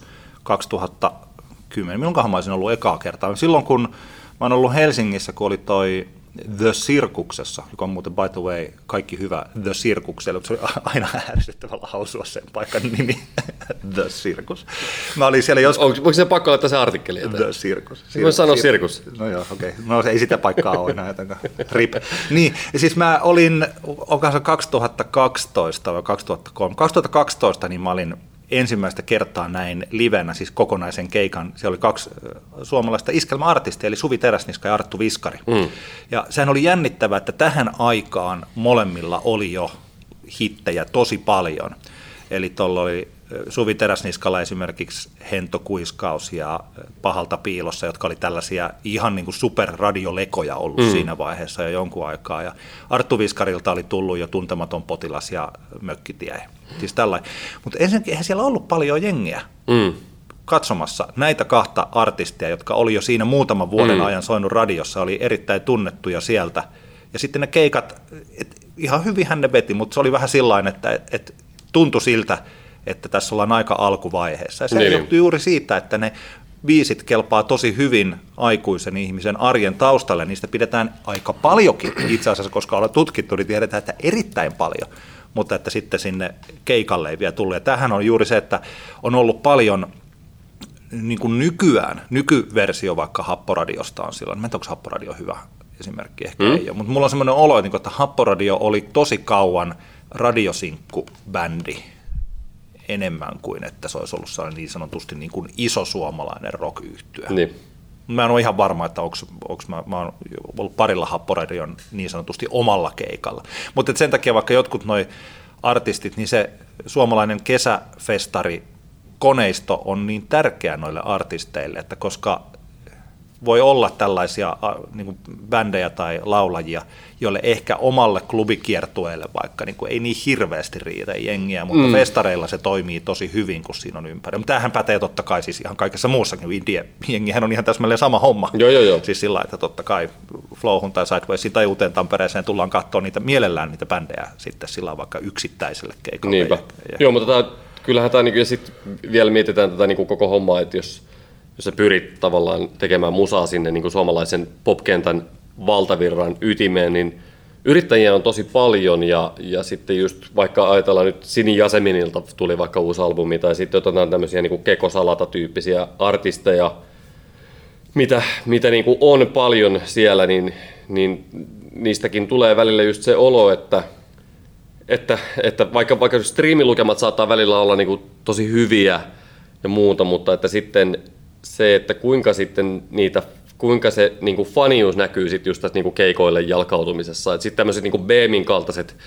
2010, milloinkohan mä olisin ollut ekaa kertaa, silloin kun mä oon ollut Helsingissä, kun oli toi The Circuksessa, joka on muuten by the way kaikki hyvä The Circukselle, mutta se oli aina ärsyttävällä hausua sen paikan nimi, The Circus. Mä olin siellä joskus... Onko se pakko laittaa se artikkeli? The Circus. Voi sanoa Circus. No joo, okei. No ei sitä paikkaa ole enää jotenkaan. Rip. Niin, ja siis mä olin, onko se 2012 vai 2003? 2012 niin mä olin ensimmäistä kertaa näin livenä, siis kokonaisen keikan. Siellä oli 2 suomalaista iskelmäartistia, eli Suvi Teräsniska ja Arttu Viskari. Ja sehän oli jännittävää, että tähän aikaan molemmilla oli jo hittejä tosi paljon. Eli tuolla oli Suvi Teräsniskalla esimerkiksi Hentokuiskaus ja Pahalta piilossa, jotka oli tällaisia ihan niin kuin superradiolekoja ollut siinä vaiheessa jo jonkun aikaa. Ja Arttu Viskarilta oli tullut jo Tuntematon potilas ja Mökkitie. Siis tällainen. Mutta ensinnäkin eihän siellä ollut paljon jengiä katsomassa näitä 2 artistia, jotka oli jo siinä muutaman vuoden ajan soinut radiossa, oli erittäin tunnettuja sieltä. Ja sitten ne keikat, ihan hyvinhän ne veti, mutta se oli vähän sillain, että tuntui siltä, että tässä ollaan aika alkuvaiheessa. Ja se johtui juuri siitä, että ne biisit kelpaa tosi hyvin aikuisen ihmisen arjen taustalle. Niistä pidetään aika paljonkin itse asiassa, koska ollaan tutkittu, niin tiedetään, että erittäin paljon. Mutta että sitten sinne keikalle ei vielä tullut. Ja tämähän on juuri se, että on ollut paljon niin kuin nykyversio vaikka Happoradiosta on silloin. Mä en tiedä, onko Happoradio hyvä esimerkki, ehkä ei ole. Mutta mulla on semmoinen olo, että Happoradio oli tosi kauan radiosinkku-bändi enemmän kuin että se olisi ollut sellainen niin sanotusti niin kuin iso suomalainen rock-yhtye. Niin. Mä en ole ihan varma, että onko mä oon ollut parilla Happoradion niin sanotusti omalla keikalla. Mutta sen takia vaikka jotkut noi artistit, niin se suomalainen kesäfestari koneisto on niin tärkeä noille artisteille, että koska voi olla tällaisia niin kuin bändejä tai laulajia, joille ehkä omalle klubikiertueelle vaikka niin kuin ei niin hirveästi riitä jengiä, mutta festareilla se toimii tosi hyvin, kun siinä on ympäri. Mutta tämähän pätee totta kai siis ihan kaikessa muussakin. Indie-jengihän on ihan täsmälleen sama homma. Joo. Siis sillä että totta kai Flowhun tai Sidewaysiin tai Uuteen Tampereeseen tullaan katsoa mielellään niitä bändejä sitten sillä vaikka yksittäiselle keikalle. Niinpä. Joo, mutta kyllähän tämä, ja sitten vielä mietitään tätä niin kuin koko hommaa, että jos sä pyrit tavallaan tekemään musaa sinne niin kuin suomalaisen popkentän valtavirran ytimeen, niin yrittäjiä on tosi paljon ja sitten just vaikka ajatellaan nyt Sini Jaseminilta tuli vaikka uusi albumi tai sitten otetaan tämmöisiä niin kuin Keko Salata-tyyppisiä artisteja, mitä niin kuin on paljon siellä, niin niistäkin tulee välillä just se olo, että vaikka striimilukemat saattaa välillä olla niin kuin tosi hyviä ja muuta, mutta että sitten se, että kuinka se niin kuin fanius näkyy sit just tässä niin kuin keikoille jalkautumisessa. Sitten tämmöiset niin kuin Beemin kaltaiset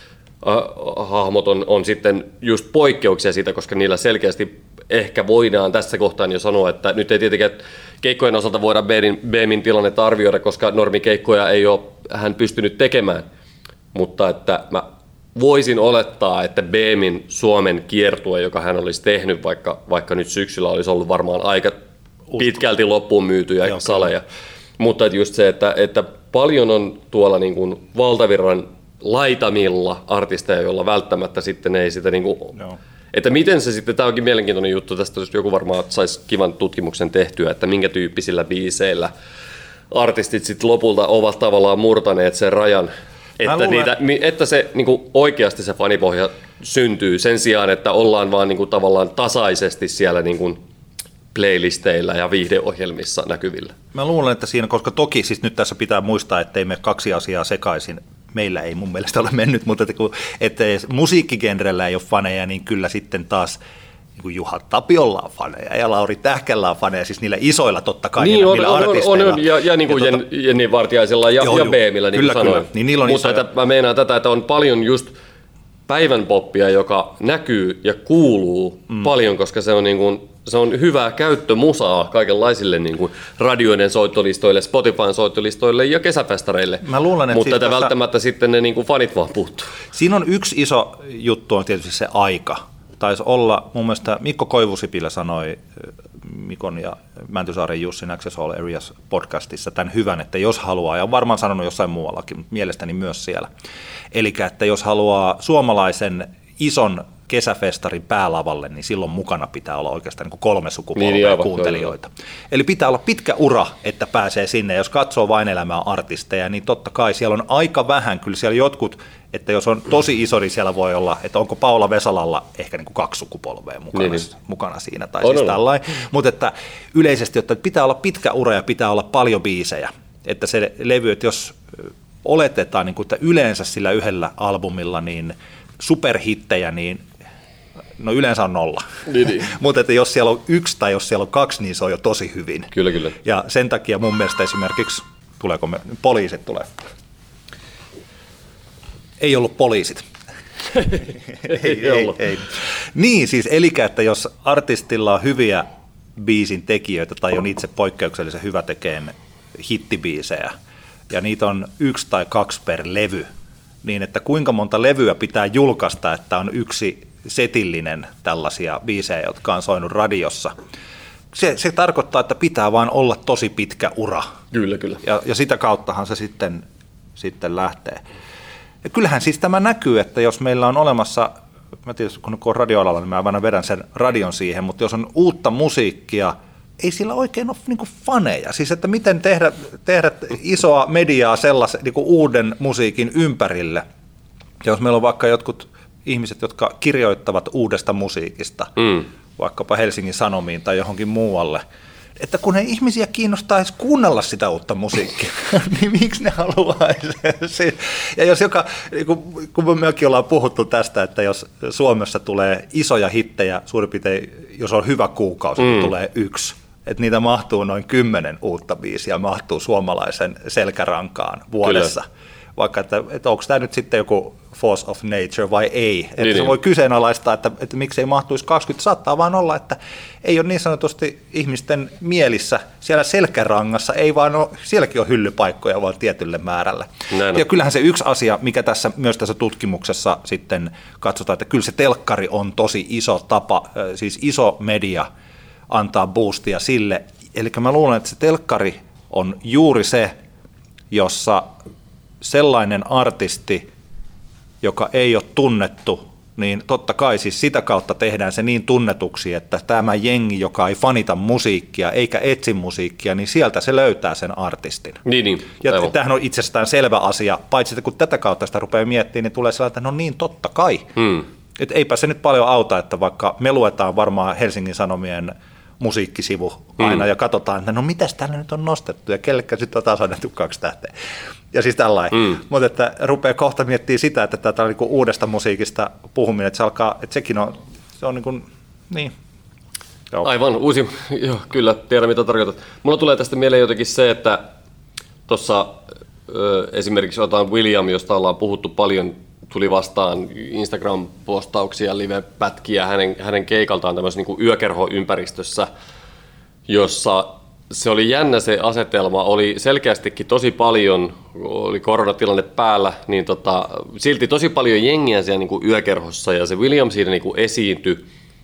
hahmot on sitten just poikkeuksia siitä, koska niillä selkeästi ehkä voidaan tässä kohtaa jo sanoa, että nyt ei tietenkään keikkojen osalta voida Beemin tilannetta arvioida, koska normikeikkoja ei ole hän pystynyt tekemään, mutta että mä voisin olettaa, että Beemin Suomen kiertue, joka hän olisi tehnyt, vaikka nyt syksyllä olisi ollut varmaan aika pitkälti loppuun myytyjä saleja. Mutta että just se, että paljon on tuolla niin kuin valtavirran laitamilla artisteja, joilla välttämättä sitten ei sitä niin kuin, että miten se sitten, tämä onkin mielenkiintoinen juttu, tästä joku varmaan saisi kivan tutkimuksen tehtyä, että minkä tyyppisillä biiseillä artistit sitten lopulta ovat tavallaan murtaneet sen rajan, että se niin kuin oikeasti se fanipohja syntyy sen sijaan, että ollaan vaan niin kuin tavallaan tasaisesti siellä niin kuin playlisteillä ja viihdeohjelmissa näkyvillä. Mä luulen, että siinä, koska toki siis nyt tässä pitää muistaa, ettei me kaksi asiaa sekaisin. Meillä ei mun mielestä ole mennyt, mutta että musiikkigenrellä ei ole faneja, niin kyllä sitten taas niin kuin Juha Tapiolla on faneja ja Lauri Tähkällä on faneja, siis niillä isoilla totta kai, niin niillä artisteilla. Ja niin kuin Jenni Vartiaisella ja Beemillä, niin kuin sanoin. Niin niillä on mutta mä meinaan tätä, että on paljon just päivän poppia, joka näkyy ja kuuluu paljon, koska se on niin kuin se on hyvää käyttömusaa kaikenlaisille niin kuin radioiden soittolistoille, Spotifyn soittolistoille ja kesäfestareille. Mä luulen, mutta siis välttämättä sitten ne niin kuin fanit vaan puuttuu. Siinä on yksi iso juttu on tietysti se aika. Taisi olla, mun mielestä Mikko Koivusipilä sanoi Mikon ja Mäntysaaren Jussin Access All Areas podcastissa tämän hyvän, että jos haluaa, ja on varmaan sanonut jossain muuallakin, mutta mielestäni myös siellä. Eli että jos haluaa suomalaisen ison kesäfestarin päälavalle, niin silloin mukana pitää olla oikeastaan niin kuin 3 sukupolvea kuuntelijoita. Eli pitää olla pitkä ura, että pääsee sinne. Jos katsoo Vain elämää artisteja, niin totta kai siellä on aika vähän. Kyllä siellä jotkut, että jos on tosi iso, niin siellä voi olla, että onko Paula Vesalalla ehkä niin kuin 2 sukupolvea mukana siinä. Tai siis tällainen. Mutta että yleisesti, että pitää olla pitkä ura ja pitää olla paljon biisejä. Että se levy, että jos oletetaan, niin kuin, että yleensä sillä yhdellä albumilla, niin superhittejä, niin no yleensä on 0. Niin. Mutta että jos siellä on 1 tai jos siellä on 2, niin se on jo tosi hyvin. Kyllä. Ja sen takia mun mielestä esimerkiksi, poliisit tulee. Ei ollut poliisit. ei. Niin siis, eli että jos artistilla on hyviä biisin tekijöitä tai on itse poikkeuksellisen hyvä tekemään hittibiisejä, ja niitä on 1 tai 2 per levy, niin että kuinka monta levyä pitää julkaista, että on yksi setillinen tällaisia biisejä, jotka on soinut radiossa. Se tarkoittaa, että pitää vaan olla tosi pitkä ura. Kyllä. Ja sitä kauttahan se sitten lähtee. Ja kyllähän siis tämä näkyy, että jos meillä on olemassa, mä tietysti kun on radioalalla, niin mä aina vedän sen radion siihen, mutta jos on uutta musiikkia, ei sillä oikein ole niin kuin faneja. Siis että miten tehdä isoa mediaa sellaisen niin kuin uuden musiikin ympärille. Ja jos meillä on vaikka jotkut ihmiset, jotka kirjoittavat uudesta musiikista, vaikkapa Helsingin Sanomiin tai johonkin muualle, että kun ei ihmisiä kiinnostaa edes kuunnella sitä uutta musiikkia, niin miksi ne haluaisi? Ja jos kun mekin ollaan puhuttu tästä, että jos Suomessa tulee isoja hittejä, suurin piirtein, jos on hyvä kuukausi, niin tulee 1, että niitä mahtuu noin 10 uutta biisiä, mahtuu suomalaisen selkärankaan vuodessa. Kyllä. vaikka, että onko tämä nyt sitten joku force of nature vai ei. Että niin, se voi kyseenalaistaa, että miksei mahtuisi 20, saattaa vaan olla, että ei ole niin sanotusti ihmisten mielissä siellä selkärangassa, ei vaan ole, sielläkin on hyllypaikkoja vaan tietylle määrälle. Ja kyllähän se yksi asia, mikä myös tässä tutkimuksessa sitten katsotaan, että kyllä se telkkari on tosi iso tapa, siis iso media antaa boostia sille. Eli mä luulen, että se telkkari on juuri se, jossa sellainen artisti, joka ei ole tunnettu, niin totta kai siis sitä kautta tehdään se niin tunnetuksi, että tämä jengi, joka ei fanita musiikkia eikä etsi musiikkia, niin sieltä se löytää sen artistin. Niin. Ja tämähän on itsestään selvä asia, paitsi että kun tätä kautta sitä rupeaa miettimään, niin tulee sellainen, että no niin, totta kai. Että eipä se nyt paljon auta, että vaikka me luetaan varmaan Helsingin Sanomien musiikkisivu aina ja katsotaan, että no mitäs täällä nyt on nostettu ja kellekään sitten on taas annettu 2 tähteä. Ja siis tällainen. Mutta että rupeaa kohta miettimään sitä, että tätä niinku uudesta musiikista puhuminen, että se alkaa, että sekin on, se on niin. Joo. Aivan uusi, joo, kyllä, tiedän mitä tarkoitat. Mulla tulee tästä mieleen jotenkin se, että tuossa esimerkiksi otetaan William, josta ollaan puhuttu paljon, tuli vastaan Instagram-postauksia, live-pätkiä hänen keikaltaan tämmöisessä niin yökerhoympäristössä, jossa se oli jännä se asetelma, oli selkeästikin tosi paljon, oli koronatilanne päällä, niin silti tosi paljon jengiä siellä niin yökerhossa ja se William siinä niin esiintyi.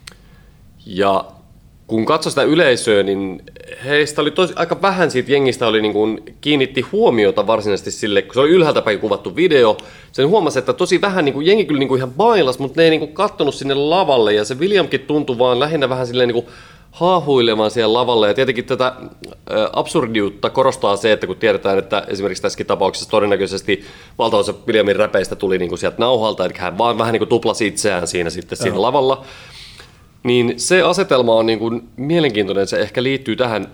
Ja kun katsoi sitä yleisöä, niin heistä oli aika vähän siitä jengistä oli kiinnitti huomiota varsinaisesti sille, kun se oli ylhäältä päin kuvattu video. Sen huomasi, että tosi vähän jengi kyllä ihan bailas, mutta ne ei kattonut sinne lavalle. Ja se Williamkin tuntui vaan lähinnä vähän silleen haahuilemaan siellä lavalle. Ja tietenkin tätä absurdiutta korostaa se, että kun tiedetään, että esimerkiksi tässäkin tapauksessa todennäköisesti valtaosa Williamin räpeistä tuli sieltä nauhalta, eli hän vaan vähän tuplasi itseään siinä sitten siinä lavalla. Niin se asetelma on mielenkiintoinen, se ehkä liittyy tähän.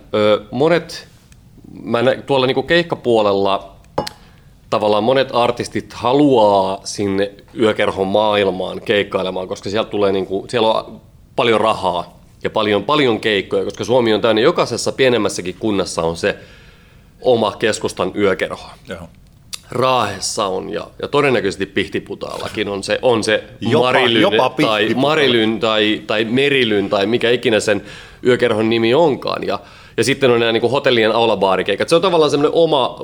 Tuolla keikkapuolella tavallaan monet artistit haluaa sinne yökerhon maailmaan keikkailemaan, koska siellä siellä on paljon rahaa ja paljon keikkoja, koska Suomi on täynnä, jokaisessa pienemmässäkin kunnassa on se oma keskustan yökerho. Joo. Raahessa on ja todennäköisesti Pihtiputaallakin on se Marilyn tai Merilyn tai mikä ikinä sen yökerhon nimi onkaan. Ja sitten on nämä hotellien aulabaarikeikat. Se on tavallaan semmoinen oma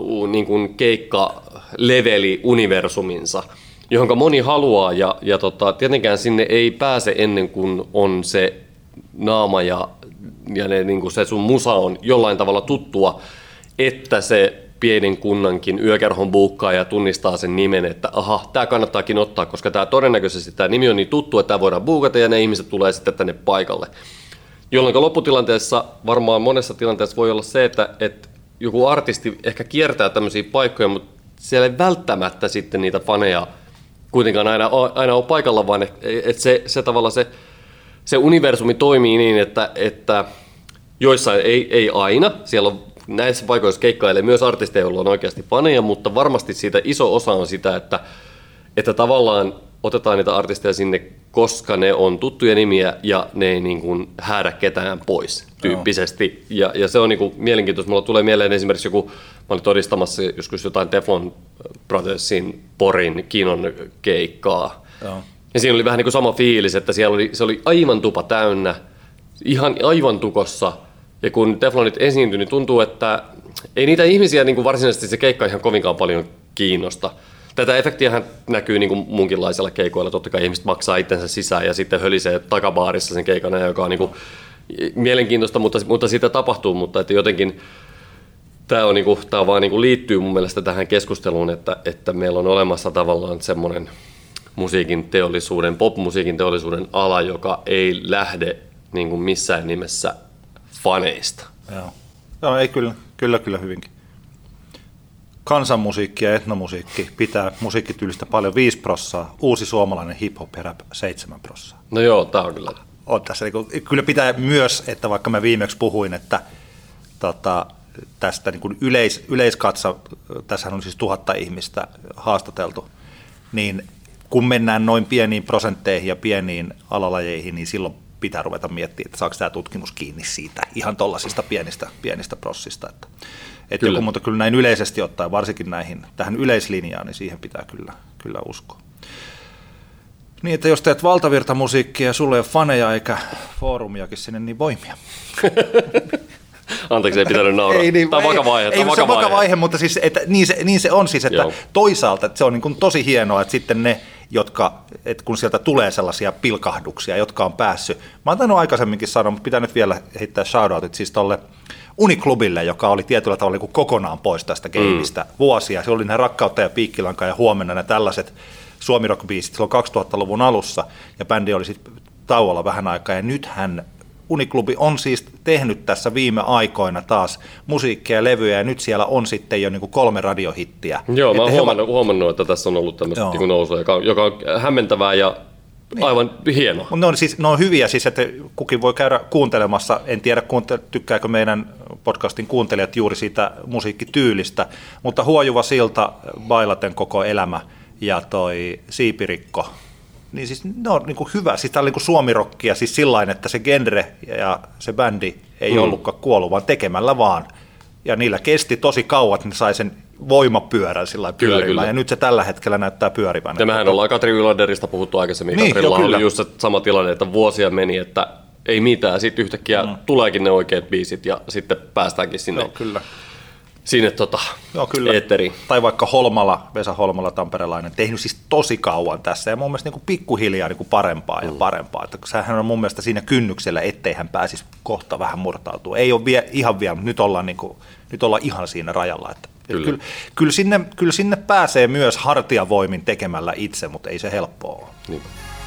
keikkaleveli universuminsa, johon moni haluaa ja tietenkään sinne ei pääse ennen kuin on se naama ja se sun musa on jollain tavalla tuttua, että se pienen kunnankin yökerhon buukkaaja tunnistaa sen nimen, että aha, tämä kannattaakin ottaa, koska todennäköisesti tämä nimi on niin tuttu, että tämä voidaan buukata ja ne ihmiset tulee sitten tänne paikalle. Jolloin lopputilanteessa, varmaan monessa tilanteessa voi olla se, että joku artisti ehkä kiertää tämmöisiä paikkoja, mutta siellä ei välttämättä sitten niitä faneja kuitenkaan aina ole paikalla, vaan että se tavallaan se universumi toimii niin, että joissain ei aina, siellä on näissä paikoissa keikkailee myös artisteja, joilla on oikeasti faneja, mutta varmasti siitä iso osa on sitä, että tavallaan otetaan niitä artisteja sinne, koska ne on tuttuja nimiä ja ne ei häädä ketään pois tyyppisesti. Ja se on mielenkiintoista. Mulla tulee mieleen esimerkiksi mä olin todistamassa joskus jotain Teflon Brothersin Porin Kinon keikkaa. Joo. Ja siinä oli vähän sama fiilis, että se oli aivan tupa täynnä, aivan tukossa. Ja kun Teflonit esiintyi, niin tuntuu, että ei niitä ihmisiä varsinaisesti se keikka ihan kovinkaan paljon kiinnosta. Tätä efektiähän näkyy munkinlaisilla keikoilla. Totta kai ihmiset maksaa itsensä sisään ja sitten hölisee takabaarissa sen keikan, joka on mielenkiintoista, mutta sitä tapahtuu. Mutta että jotenkin tämä vaan liittyy mun mielestä tähän keskusteluun, että meillä on olemassa tavallaan semmoinen popmusiikin teollisuuden ala, joka ei lähde missään nimessä faneista. Joo, ei kyllä hyvinkin. Kansanmusiikki ja etnomusiikki pitää musiikkityylistä paljon 5%, uusi suomalainen hip-hop ja rap 7%. No joo, tää on kyllä. On tässä, kyllä pitää myös, että vaikka mä viimeksi puhuin, että tästä yleiskatsa, tässä on siis 1000 ihmistä haastateltu, niin kun mennään noin pieniin prosentteihin ja pieniin alalajeihin, niin silloin pitää ruveta miettimään, että saako tämä tutkimus kiinni siitä ihan tuollaisista pienistä prossista. Että joku, mutta kyllä näin yleisesti ottaen, varsinkin tähän yleislinjaan, niin siihen pitää kyllä uskoa. Niin, että jos teet valtavirtamusiikkia ja sulla ei ole faneja eikä foorumiakin sinne, niin voimia. Anteeksi, ei pitänyt nauraa. Tämä on vakava aihe. Se on vakava aihe, mutta siis, että niin se on siis, että toisaalta että se on niin kuin tosi hienoa, että sitten ne, että kun sieltä tulee sellaisia pilkahduksia, jotka on päässyt. Mä oon tainnut aikaisemminkin sanoa, mutta pitää nyt vielä heittää shoutoutit siis tuolle Uniklubille, joka oli tietyllä tavalla niin kuin kokonaan pois tästä gameista vuosia. Se oli ne Rakkautta ja Piikkilanka ja Huomenna ne tällaiset Suomi Rock-biisit silloin 2000-luvun alussa, ja bändi oli sitten tauolla vähän aikaa, ja nythän Uniklubi on siis tehnyt tässä viime aikoina taas musiikkia ja levyjä, ja nyt siellä on sitten jo niin kuin 3 radiohittiä. Joo, mä oon huomannut, että tässä on ollut tämmöistä nousua, joka on hämmentävää ja aivan hieno. Ne on hyviä, siis että kukin voi käydä kuuntelemassa, en tiedä tykkääkö meidän podcastin kuuntelijat juuri siitä musiikkityylistä, mutta Huojuva silta, Bailaten koko elämä ja toi Siipirikko, niin siis ne on niin kuin hyvä, siis tämä on niin kuin suomirokkia, siis sillain, että se genre ja se bändi ei ollutkaan kuollut, vaan tekemällä vaan. Ja niillä kesti tosi kauan, että ne sai sen voimapyörän sillä pyörimään, ja nyt se tällä hetkellä näyttää pyörivän. Ja mehän ollaan Katri Ylanderista puhuttu aikaisemmin, niin, Katrilla oli just se sama tilanne, että vuosia meni, että ei mitään, sitten yhtäkkiä tuleekin ne oikeat biisit, ja sitten päästäänkin sinne. Joo, kyllä. Sinne eetteriin. Tai vaikka Vesa Holmala, tamperelainen, tehnyt siis tosi kauan tässä, ja mun mielestä niin kuin pikkuhiljaa niin kuin parempaa ja parempaa. Että sehän on mun mielestä siinä kynnyksellä, ettei hän pääsisi kohta vähän murtautua. Ei ole ihan vielä, mutta nyt ollaan ihan siinä rajalla. Että kyllä sinne pääsee myös hartiavoimin tekemällä itse, mutta ei se helppoa ole. Niin.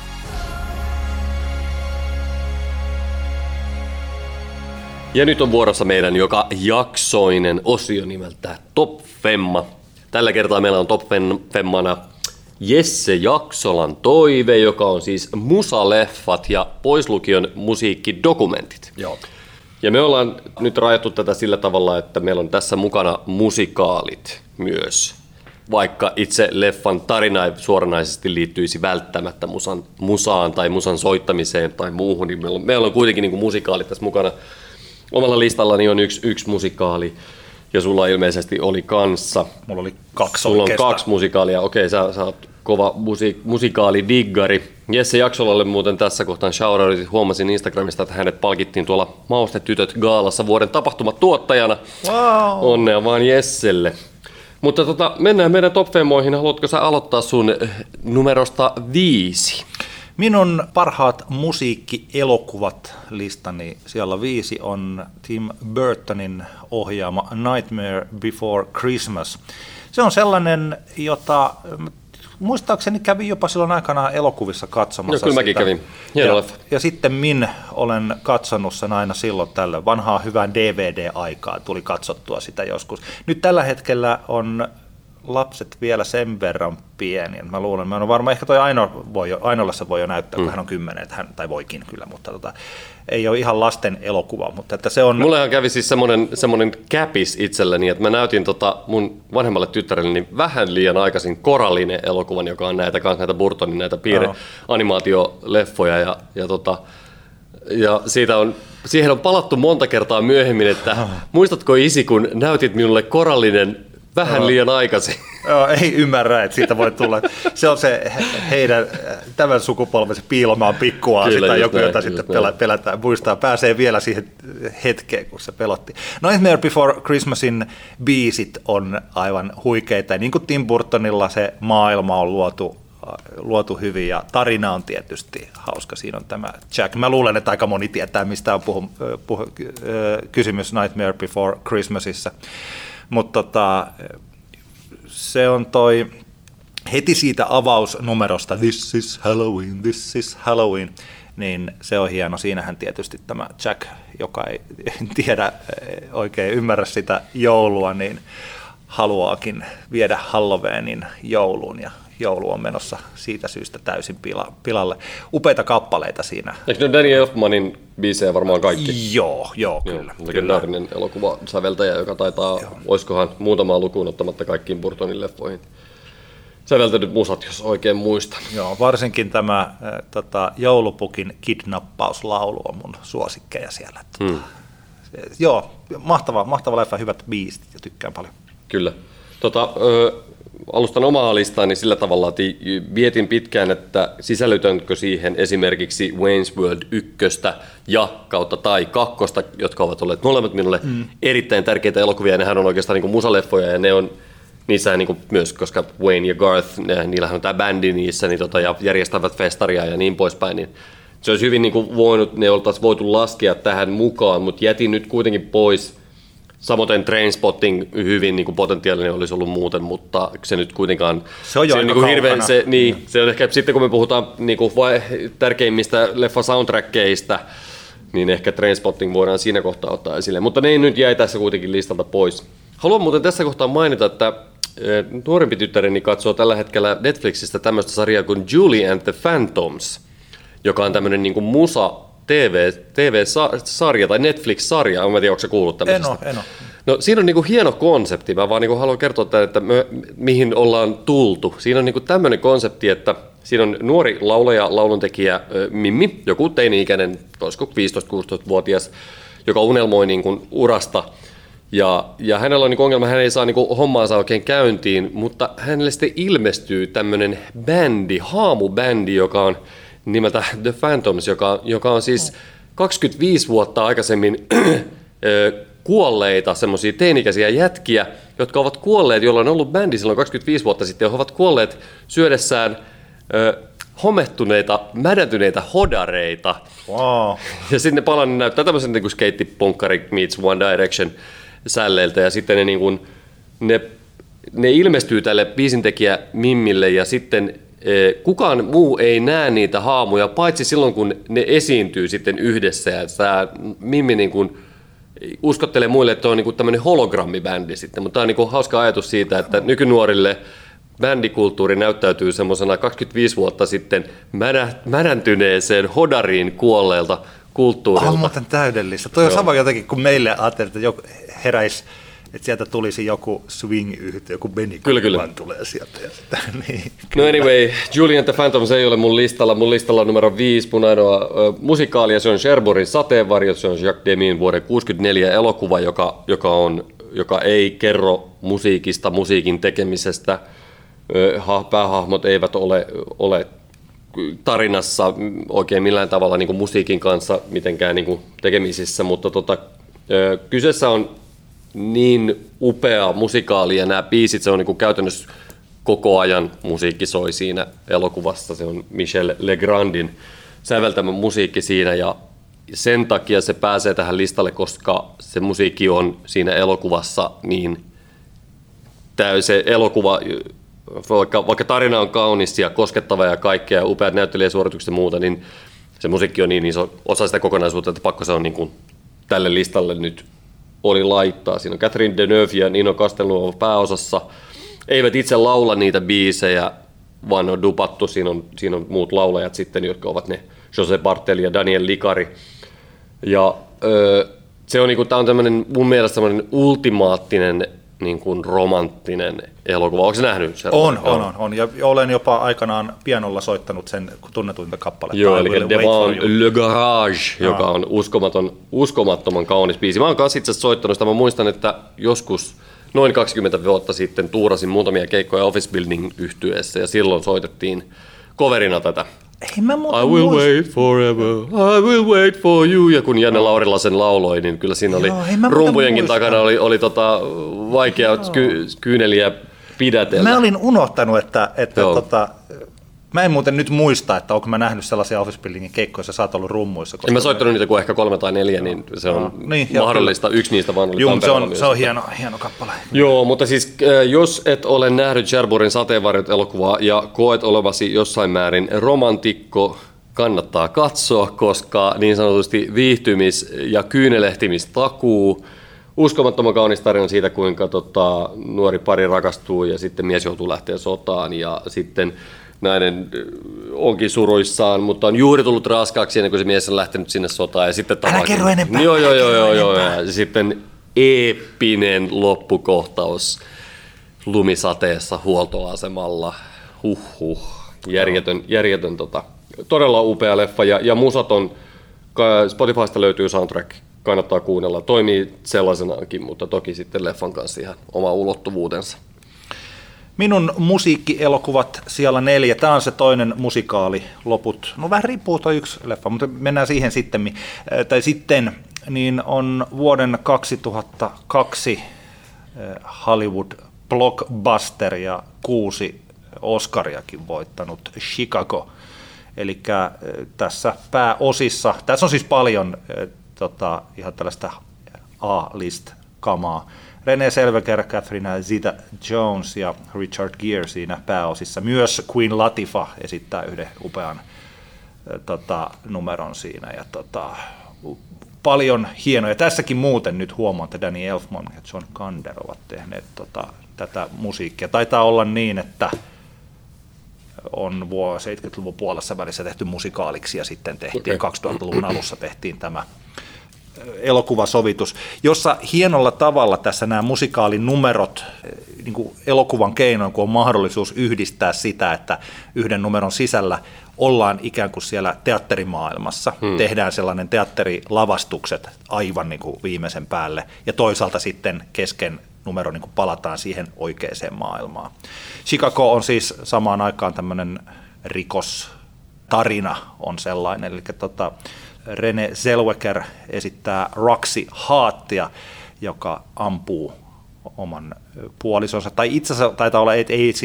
Ja nyt on vuorossa meidän joka jaksoinen osio nimeltä Top Femma. Tällä kertaa meillä on Top Femmana Jesse Jaksolan toive, joka on siis musaleffat ja poislukion musiikkidokumentit. Joo. Ja me ollaan nyt rajattu tätä sillä tavalla, että meillä on tässä mukana musikaalit myös. Vaikka itse leffan tarina ei suoranaisesti liittyisi välttämättä musaan tai musan soittamiseen tai muuhun, niin meillä on kuitenkin niin kuin musikaalit tässä mukana. Omalla listallani on yksi musikaali, ja sulla ilmeisesti oli kanssa. Mulla oli 2 Sulla on 2 musikaalia. Okei, sä oot kova musikaalidiggari. Jesse Jaksolalle muuten tässä kohtaan shoutoutit. Huomasin Instagramista, että hänet palkittiin tuolla Maustetytöt Gaalassa vuoden tapahtumatuottajana. Wow. Onnea vaan Jesselle. Mutta mennään meidän top femmoihin. Haluatko sä aloittaa sun numerosta 5? Minun parhaat musiikkielokuvat listani siellä 5 on Tim Burtonin ohjaama Nightmare Before Christmas. Se on sellainen, jota muistaakseni kävin jopa silloin aikanaan elokuvissa katsomassa. Joo, kyllä mäkin kävin. Hieno leffa. Ja sitten olen katsonut sen aina silloin tällöin. Vanhaa hyvää DVD-aikaa tuli katsottua sitä joskus. Nyt tällä hetkellä on lapset vielä sen verran pieni. Mä luulen, mä en ole varma, ehkä toi Ainolle se voi jo näyttää, kun hän on 10, tai voikin kyllä, mutta ei ole ihan lasten elokuva. Mutta että se on... Mullehan kävi siis semmoinen käpis itselleni, että mä näytin mun vanhemmalle tyttärelleni vähän liian aikaisin Coraline-elokuvan, joka on näitä Burtonin näitä piirre-animaatioleffoja, ja siihen on palattu monta kertaa myöhemmin, että muistatko isi, kun näytit minulle Coralinen vähän liian aikaisin? Joo, ei ymmärrä, että siitä voi tulla. Se on se heidän tämän sukupolven se piilomaan pikkuaasi tai joku, jota sitten pelätään, muistaa, pääsee vielä siihen hetkeen, kun se pelotti. Nightmare Before Christmasin biisit on aivan huikeita. Niin kuin Tim Burtonilla se maailma on luotu hyvin ja tarina on tietysti hauska. Siinä on tämä Jack. Mä luulen, että aika moni tietää, mistä on kysymys Nightmare Before Christmasissa. Mutta se on heti siitä avausnumerosta This is Halloween, niin se on hieno. Siinähän tietysti tämä Jack, joka ei tiedä, oikein ymmärrä sitä joulua, niin haluaakin viedä Halloweenin jouluun, ja joulu on menossa siitä syystä täysin pilalle. Upeita kappaleita siinä. Eikö ne Danny Elfmanin biisejä varmaan kaikki? Joo, kyllä. Legendaarinen elokuvasäveltäjä, joka taitaa, olisikohan muutamaa lukuun ottamatta kaikkiin Burtonin leffoihin säveltänyt musat, jos oikein muistan. Joo, varsinkin tämä Joulupukin kidnappauslaulu on mun suosikkeja siellä. Joo, mahtava leffa, hyvät biisit ja tykkään paljon. Kyllä. Alustan omaa listaani sillä tavalla, että vietin pitkään, että sisällytänkö siihen esimerkiksi Wayne's World 1 ja kautta tai 2, jotka ovat olleet molemmat minulle erittäin tärkeitä elokuvia. Nehän on oikeastaan niin kuin musaleffoja ja ne on niissä niin kuin myös, koska Wayne ja Garth, niillähän on tämä bändi niissä niin ja järjestävät festaria ja niin poispäin, niin se olisi hyvin niin kuin ne oltaisiin voitu laskea tähän mukaan, mutta jätin nyt kuitenkin pois. Samoin Trainspotting hyvin niin kuin potentiaalinen olisi ollut muuten, mutta se nyt kuitenkaan... Se on jo aika niin hirveän, se on ehkä sitten kun me puhutaan niin kuin tärkeimmistä leffa-soundtrackeista, niin ehkä Trainspotting voidaan siinä kohtaa ottaa esille. Mutta ne nyt jäi tässä kuitenkin listalta pois. Haluan muuten tässä kohtaa mainita, että nuorempi tyttäreni katsoo tällä hetkellä Netflixistä tämmöistä sarjaa kuin Julie and the Phantoms, joka on tämmöinen niin kuin musa TV-sarja tai Netflix-sarja, en tiedä, onko se kuullut tämmöisestä. En ole. No siinä on niinku hieno konsepti, mä vaan niinku haluan kertoa tämän, että mihin ollaan tultu. Siinä on niinku tämmöinen konsepti, että siinä on nuori laulaja, lauluntekijä Mimmi, joku teini-ikäinen, olisiko 15-16-vuotias, joka unelmoi niinku urasta. Ja hänellä on niinku ongelma, hän ei saa niinku hommaansa oikein käyntiin, mutta hänelle sitten ilmestyy tämmöinen bändi, haamubändi, joka on nimeltä The Phantoms, joka on siis 25 vuotta aikaisemmin kuolleita semmoisia teinikäisiä jätkiä, jotka ovat kuolleet, joilla on ollut bändi silloin 25 vuotta sitten, ja he ovat kuolleet syödessään homettuneita, mädäntyneitä hodareita. Wow. Ja sitten ne palan näyttää tämmöisen niin kuin skeittipunkkari meets One Direction sälleiltä, ja sitten ne, niin kuin, ne ilmestyy tälle biisintekijä Mimmille, ja sitten kukaan muu ei näe niitä haamuja, paitsi silloin, kun ne esiintyy sitten yhdessä. Ja tämä Mimmi niin kuin uskottelee muille, että on niin kuin tämmöinen hologrammibändi sitten. Mutta tämä on niin kuin hauska ajatus siitä, että nykynuorille bändikulttuuri näyttäytyy semmoisena 25 vuotta sitten mädäntyneeseen hodariin kuolleelta kulttuurilta. On muuten täydellistä. Toi on sama jotenkin kuin meille ajattelin, että joku heräisi, että sieltä tulisi joku swing-yhtiö, joku Benny Goodman tulee sieltä. Niin. No anyway, Julie and the Phantoms ei ole mun listalla. Mun listalla on numero 5, mun ainoa musikaali, ja se on Cherburyn Sateenvarjot. Se on Jacques Demin vuoden 1964 elokuva, joka ei kerro musiikista, musiikin tekemisestä. Päähahmot eivät ole tarinassa oikein millään tavalla niin kuin musiikin kanssa mitenkään niin kuin tekemisissä, mutta kyseessä on niin upea musikaali ja nämä biisit, se on niin kuin käytännössä koko ajan musiikki soi siinä elokuvassa. Se on Michel Legrandin säveltämä musiikki siinä ja sen takia se pääsee tähän listalle, koska se musiikki on siinä elokuvassa niin se elokuva, vaikka tarina on kaunis ja koskettava ja kaikkea ja upeat näyttelijäsuoritukset ja muuta, niin se musiikki on niin iso osa sitä kokonaisuutta, että pakko se on niin kuin tälle listalle nyt oli laittaa. Siinä on Catherine Deneuve ja Nino Castelnuovo pääosassa. Eivät itse laula niitä biisejä, vaan ne on dupattu. Siinä on muut laulajat sitten, jotka ovat ne Jose Bartelli ja Daniel Licari. Ja se on niinku, tää on tämmönen, mun mielestä semmoinen ultimaattinen niin romanttinen elokuva. Onko se nähnyt sen? On. Ja olen jopa aikanaan pianolla soittanut sen tunnetuinta kappaletta. Joo, eli Devant Le Garage, joka on uskomattoman kaunis biisi. Mä oon kanssa itse asiassa soittanut sitä. Mä muistan, että joskus noin 20 vuotta sitten tuurasin muutamia keikkoja Office Building-yhtyeessä ja silloin soitettiin coverina tätä. Ei mä I will wait forever, I will wait for you. Ja kun Janne Laurila sen lauloi, niin kyllä siinä oli rumpujenkin takana oli vaikea kyyneliä pidätellä. Mä olin unohtanut, että mä en muuten nyt muista, että onko mä nähnyt sellaisia Office Buildingin keikkoja, sä oot ollut rummuissa. En mä soittanut niitä kuin ehkä 3 tai 4, niin se on mahdollista. Yksi niistä vaan oli Tampereella. Se on hieno kappale. Joo, mutta siis jos et ole nähnyt Cherburyn Sateenvarjot-elokuvaa ja koet olevasi jossain määrin romantikko, kannattaa katsoa, koska niin sanotusti viihtymis- ja kyynelehtimistakuu, uskomattoman kaunis tarina siitä, kuinka nuori pari rakastuu ja sitten mies joutuu lähteä sotaan ja sitten nainen onkin suruissaan, mutta on juuri tullut raskaaksi ennen kuin se mies on lähtenyt sinne sotaan. Ja sitten älä kerro enempää. Joo. Ja sitten eeppinen loppukohtaus lumisateessa huoltoasemalla. järjetön todella upea leffa ja musat on, Spotifysta löytyy soundtrack, kannattaa kuunnella, toimii sellaisenaankin, mutta toki sitten leffan kanssa ihan oma ulottuvuutensa. Minun musiikkielokuvat siellä 4. Tämä on se toinen musikaali. Loput, no vähän riippuu toi yksi leffa, mutta mennään siihen sitten. Niin on vuoden 2002 Hollywood blockbuster ja 6 Oscariakin voittanut Chicago. Eli tässä pääosissa, tässä on siis paljon ihan tällaista A-list-kamaa. René Zellweger, Catherine Zeta-Jones ja Richard Gere siinä pääosissa. Myös Queen Latifah esittää yhden upean numeron siinä. Ja paljon hienoja. Tässäkin muuten nyt huomaan, että Danny Elfman ja John Kander ovat tehneet tätä musiikkia. Taitaa olla niin, että on 70-luvun puolessa välissä tehty musikaaliksi ja sitten tehtiin 2000-luvun alussa tehtiin tämä elokuvasovitus, jossa hienolla tavalla tässä nämä musikaalin numerot niin kuin elokuvan keinoin, kun on mahdollisuus yhdistää sitä, että yhden numeron sisällä ollaan ikään kuin siellä teatterimaailmassa, tehdään sellainen teatterilavastukset aivan niin kuin viimeisen päälle, ja toisaalta sitten kesken numero niin kuin palataan siihen oikeaan maailmaan. Chicago on siis samaan aikaan tämmöinen rikostarina on sellainen, eli René Zellweger esittää Roxy Hartia, joka ampuu oman puolisonsa, tai itse asiassa taitaa olla,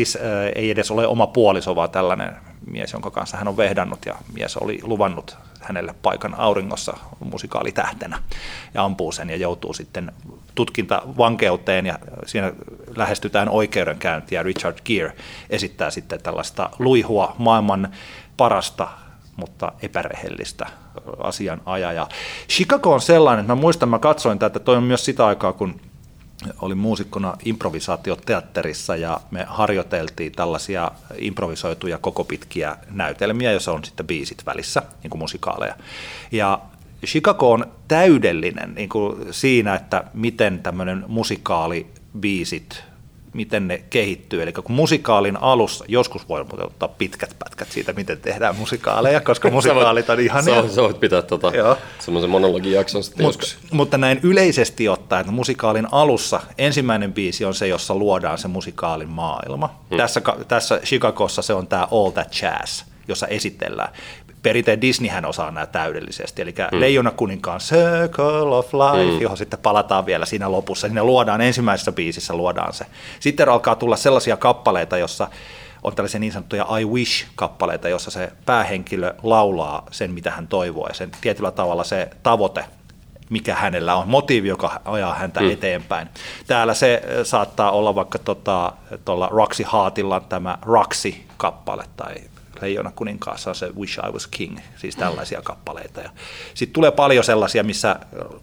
ei edes ole oma puoliso, vaan tällainen mies, jonka kanssa hän on vehdannut, ja mies oli luvannut hänelle paikan auringossa musikaalitähtenä, ja ampuu sen ja joutuu sitten tutkintavankeuteen, ja siinä lähestytään oikeudenkäyntiä. Richard Gere esittää sitten tällaista luihua maailman parasta, mutta epärehellistä asianajajaa. Chicago on sellainen, että mä muistan, mä katsoin tätä, toi on myös sitä aikaa, kun olin muusikkona improvisaatioteatterissa ja me harjoiteltiin tällaisia improvisoituja koko pitkiä näytelmiä, joissa on sitten biisit välissä, niin kuin musikaaleja. Ja Chicago on täydellinen niin kuin siinä, että miten tämmöinen musikaalibiisit, miten ne kehittyy. Eli kun musikaalin alussa, joskus voi ottaa pitkät pätkät siitä, miten tehdään musikaaleja, koska musikaalit on ihania. Sä voit pitää semmoisen monologijakson sitten joskus. Mutta näin yleisesti ottaen, että musikaalin alussa ensimmäinen biisi on se, jossa luodaan se musikaalin maailma. Tässä Chicagossa se on tämä All That Jazz, jossa esitellään. Perinteen Disneyhän osaa nämä täydellisesti, eli Leijona kuninkaan Circle of Life, johon sitten palataan vielä siinä lopussa, niin ne luodaan ensimmäisessä biisissä, luodaan se. Sitten alkaa tulla sellaisia kappaleita, jossa on tällaisia niin sanottuja I Wish-kappaleita, jossa se päähenkilö laulaa sen, mitä hän toivoo, ja sen tietyllä tavalla se tavoite, mikä hänellä on, motiivi, joka ajaa häntä eteenpäin. Täällä se saattaa olla vaikka tuolla Roxy Hartilla tämä Roxy-kappale, tai Leijona kuninkaassa on se Wish I Was King, siis tällaisia kappaleita. Sitten tulee paljon sellaisia, missä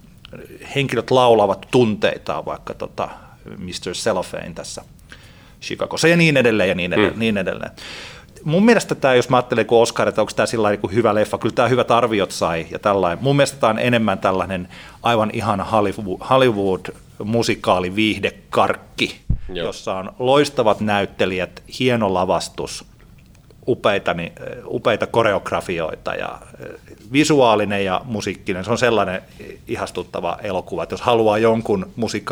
henkilöt laulavat tunteitaan, vaikka Mr. Cellophane tässä Chicagossa ja niin edelleen ja niin edelleen. Mun mielestä tämä, jos mä ajattelen kun Oscar, että onko tämä sillä lailla hyvä leffa, kyllä tämä hyvät arviot sai ja tällainen. Mun mielestä tämä on enemmän tällainen aivan ihana Hollywood-musikaali viihdekarkki, jossa on loistavat näyttelijät, hieno lavastus, upeita koreografioita ja visuaalinen ja musiikkinen. Se on sellainen ihastuttava elokuva, että jos haluaa jonkun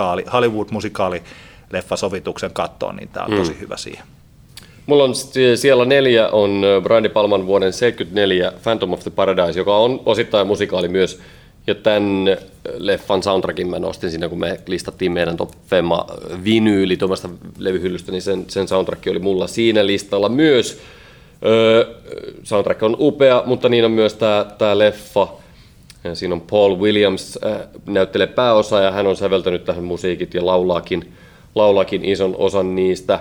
Hollywood-musikaali-leffasovituksen katsoa, niin tämä on tosi hyvä siihen. Mulla on siellä 4 on Brian De Palman vuoden 1974 Phantom of the Paradise, joka on osittain musikaali myös. Ja tämän leffan soundtrackin mä nostin siinä, kun me listattiin meidän Top Femma vinyyli tuommoista levyhyllystä, niin sen soundtrack oli mulla siinä listalla myös. Soundtrack on upea, mutta niin on myös tämä leffa. Ja siinä on Paul Williams näyttelee pääosaa ja hän on säveltänyt tähän musiikit ja laulaakin ison osan niistä.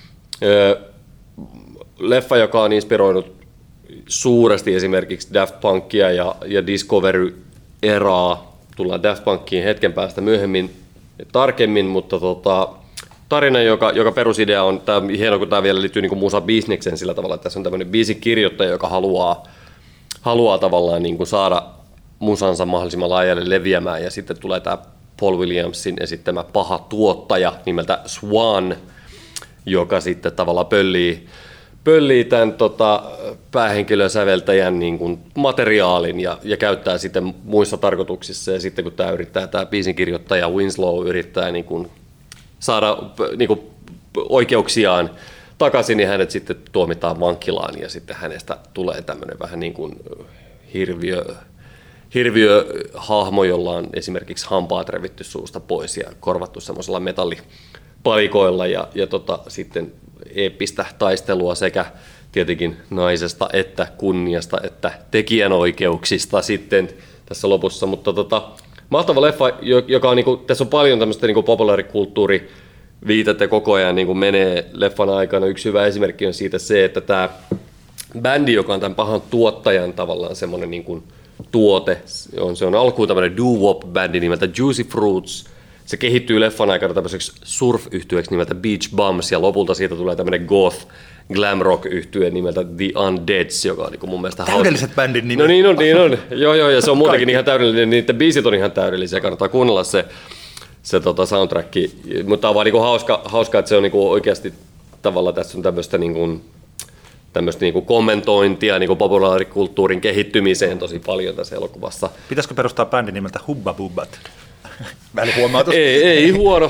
Leffa, joka on inspiroinut suuresti esimerkiksi Daft Punkia ja Discovery-eraa. Tullaan Daft Punkiin hetken päästä myöhemmin tarkemmin, mutta tarina, joka perusidea on, tämä on hieno, kun tämä vielä liittyy niin kuin musabisnekseen sillä tavalla, että tässä on tämmöinen biisikirjoittaja, joka haluaa tavallaan niin kuin saada musansa mahdollisimman laajalle leviämään, ja sitten tulee tämä Paul Williamsin esittämä paha tuottaja nimeltä Swan, joka sitten tavallaan pöllii tämän päähenkilösäveltäjän niin kuin materiaalin ja käyttää sitten muissa tarkoituksissa. Ja sitten kun tämä biisinkirjoittaja Winslow yrittää niin kuin saada niin kuin oikeuksiaan takaisin, niin hänet sitten tuomitaan vankilaan ja sitten hänestä tulee tämmöinen vähän niin kuin hirviöhahmo, jolla on esimerkiksi hampaat revitty suusta pois ja korvattu semmoisella metallipalikoilla ja sitten eeppistä taistelua sekä tietenkin naisesta että kunniasta että tekijänoikeuksista sitten tässä lopussa, mutta mahtava leffa, joka on niinku, tässä on paljon tämmöistä niinku populaarikulttuuri viitettä koko ajan niin kuin menee leffan aikana. Yksi hyvä esimerkki on siitä se, että tämä bändi, joka on tämän pahan tuottajan tavallaan semmoinen niin kuin tuote, se on alkuun tämmöinen doo-wop-bändi nimeltä Juicy Fruits. Se kehittyy leffan aikana tämmöiseksi surf-yhtyeeksi nimeltä Beach Bums, ja lopulta siitä tulee tämmöinen goth glam rock-yhtye nimeltä The Undeads, joka on niin mun mielestä täydelliset bändin nimet. No niin on. Joo, ja se on muutenkin ihan täydellinen. Niiden biisit on ihan täydellisiä, kannattaa kuunnella se soundtrack, mutta on vaan niinku hauska, että se on niinku oikeasti tavallaan tässä on tämmöistä niinku kommentointia niinku populaarikulttuurin kehittymiseen tosi paljon tässä elokuvassa. Pitäisikö perustaa bändi nimeltä Hubba Bubbat? Välihuomautus. Ei huono.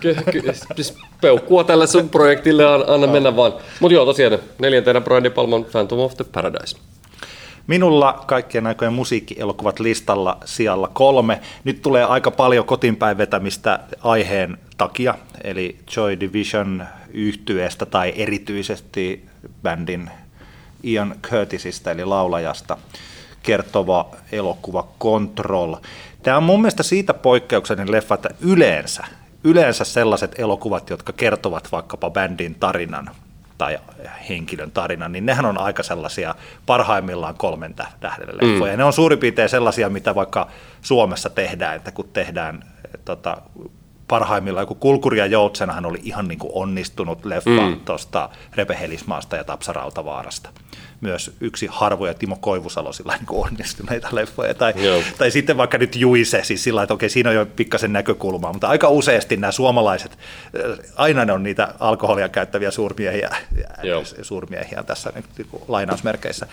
Peukkua tälle sun projektille anna mennä vaan. Mutta joo, tosiaan 4. Brian De Palman Phantom of the Paradise. Minulla kaikkien aikojen musiikkielokuvat listalla sijalla 3. Nyt tulee aika paljon kotiinpäin vetämistä aiheen takia, eli Joy Division -yhtyeestä tai erityisesti bändin Ian Curtisista eli laulajasta kertova elokuva Control. Tämä on mun mielestä siitä poikkeuksellinen leffa, että yleensä sellaiset elokuvat, jotka kertovat vaikkapa bändin tarinan tai henkilön tarinan, niin nehän on aika sellaisia parhaimmillaan 3 tähden leffoja. Ne on suurin piirtein sellaisia, mitä vaikka Suomessa tehdään, että kun tehdään parhaimmillaan, joku Kulkuri ja Joutsenahan oli ihan niin kuin onnistunut leffa tuosta Repe Helismaasta ja Tapsa Rautavaarasta. Myös yksi harvoja Timo Koivusalo sillä niin kuin onnistuneita leffoja. Tai sitten vaikka nyt Juise, siis sillä että okei, siinä on jo pikkasen näkökulmaa, mutta aika useasti nämä suomalaiset, aina ne on niitä alkoholia käyttäviä suurmiehiä tässä niin kuin lainausmerkeissä.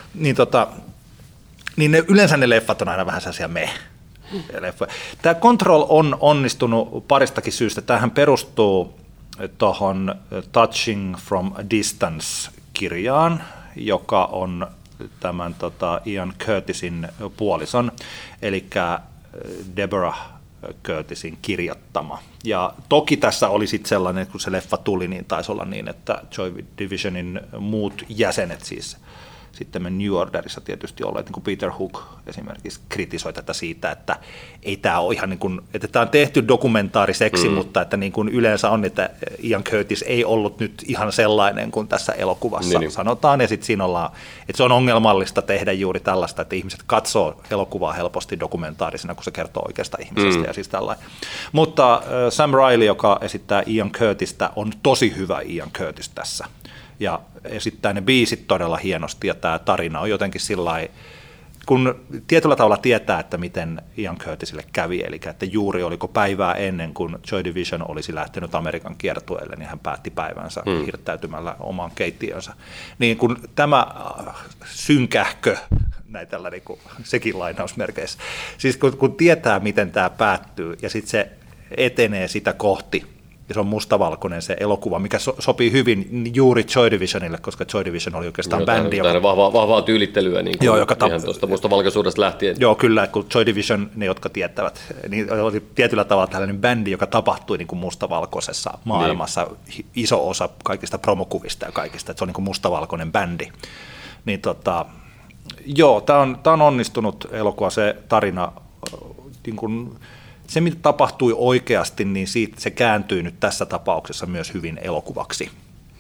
Niin yleensä ne leffat on aina vähän sellaisia leffoja. Tämä Control on onnistunut paristakin syystä. Tämähän perustuu tuohon Touching from a Distance-kirjaan, joka on tämän Ian Curtisin puolison, eli Deborah Curtisin kirjoittama. Ja toki tässä oli sitten sellainen, kun se leffa tuli, niin taisi olla niin, että Joy Divisionin muut jäsenet siis sitten me New Orderissa tietysti olleet, niin kuin Peter Hook esimerkiksi kritisoi tätä siitä, että ei tämä ole ihan niin kuin, että tämä on tehty dokumentaariseksi, mutta että niin kuin yleensä on, että Ian Curtis ei ollut nyt ihan sellainen kuin tässä elokuvassa sanotaan, ja sitten siinä ollaan, että se on ongelmallista tehdä juuri tällaista, että ihmiset katsoo elokuvaa helposti dokumentaarisena, kun se kertoo oikeasta ihmisestä ja siis tällainen. Mutta Sam Riley, joka esittää Ian Curtistä, on tosi hyvä Ian Curtis tässä. Ja esittää ne biisit todella hienosti, ja tämä tarina on jotenkin sillain, kun tietyllä tavalla tietää, että miten Ian Curtisille kävi, eli että juuri oliko päivää ennen kuin Joy Division olisi lähtenyt Amerikan kiertueelle, niin hän päätti päivänsä hirttäytymällä omaan keittiönsä. Niin kun tämä synkähkö, näin tällä niin kuin, sekin lainausmerkeissä, siis kun tietää, miten tämä päättyy, ja sitten se etenee sitä kohti, ja se on mustavalkoinen se elokuva, mikä sopii hyvin juuri Joy Divisionille, koska Joy Division oli oikeastaan bändi. Vahvaa tyylittelyä niin kuin ihan tuosta mustavalkoisuudesta lähtien. Joo, kyllä, kun Joy Division, ne jotka tietävät, niin oli tietyllä tavalla tällainen bändi, joka tapahtui niin kuin mustavalkoisessa maailmassa, iso osa kaikista promokuvista ja kaikista, että se on niin kuin mustavalkoinen bändi. Niin joo, tämä on onnistunut elokuva, se tarina, niin kuin se, mitä tapahtui oikeasti, niin siitä se kääntyy nyt tässä tapauksessa myös hyvin elokuvaksi.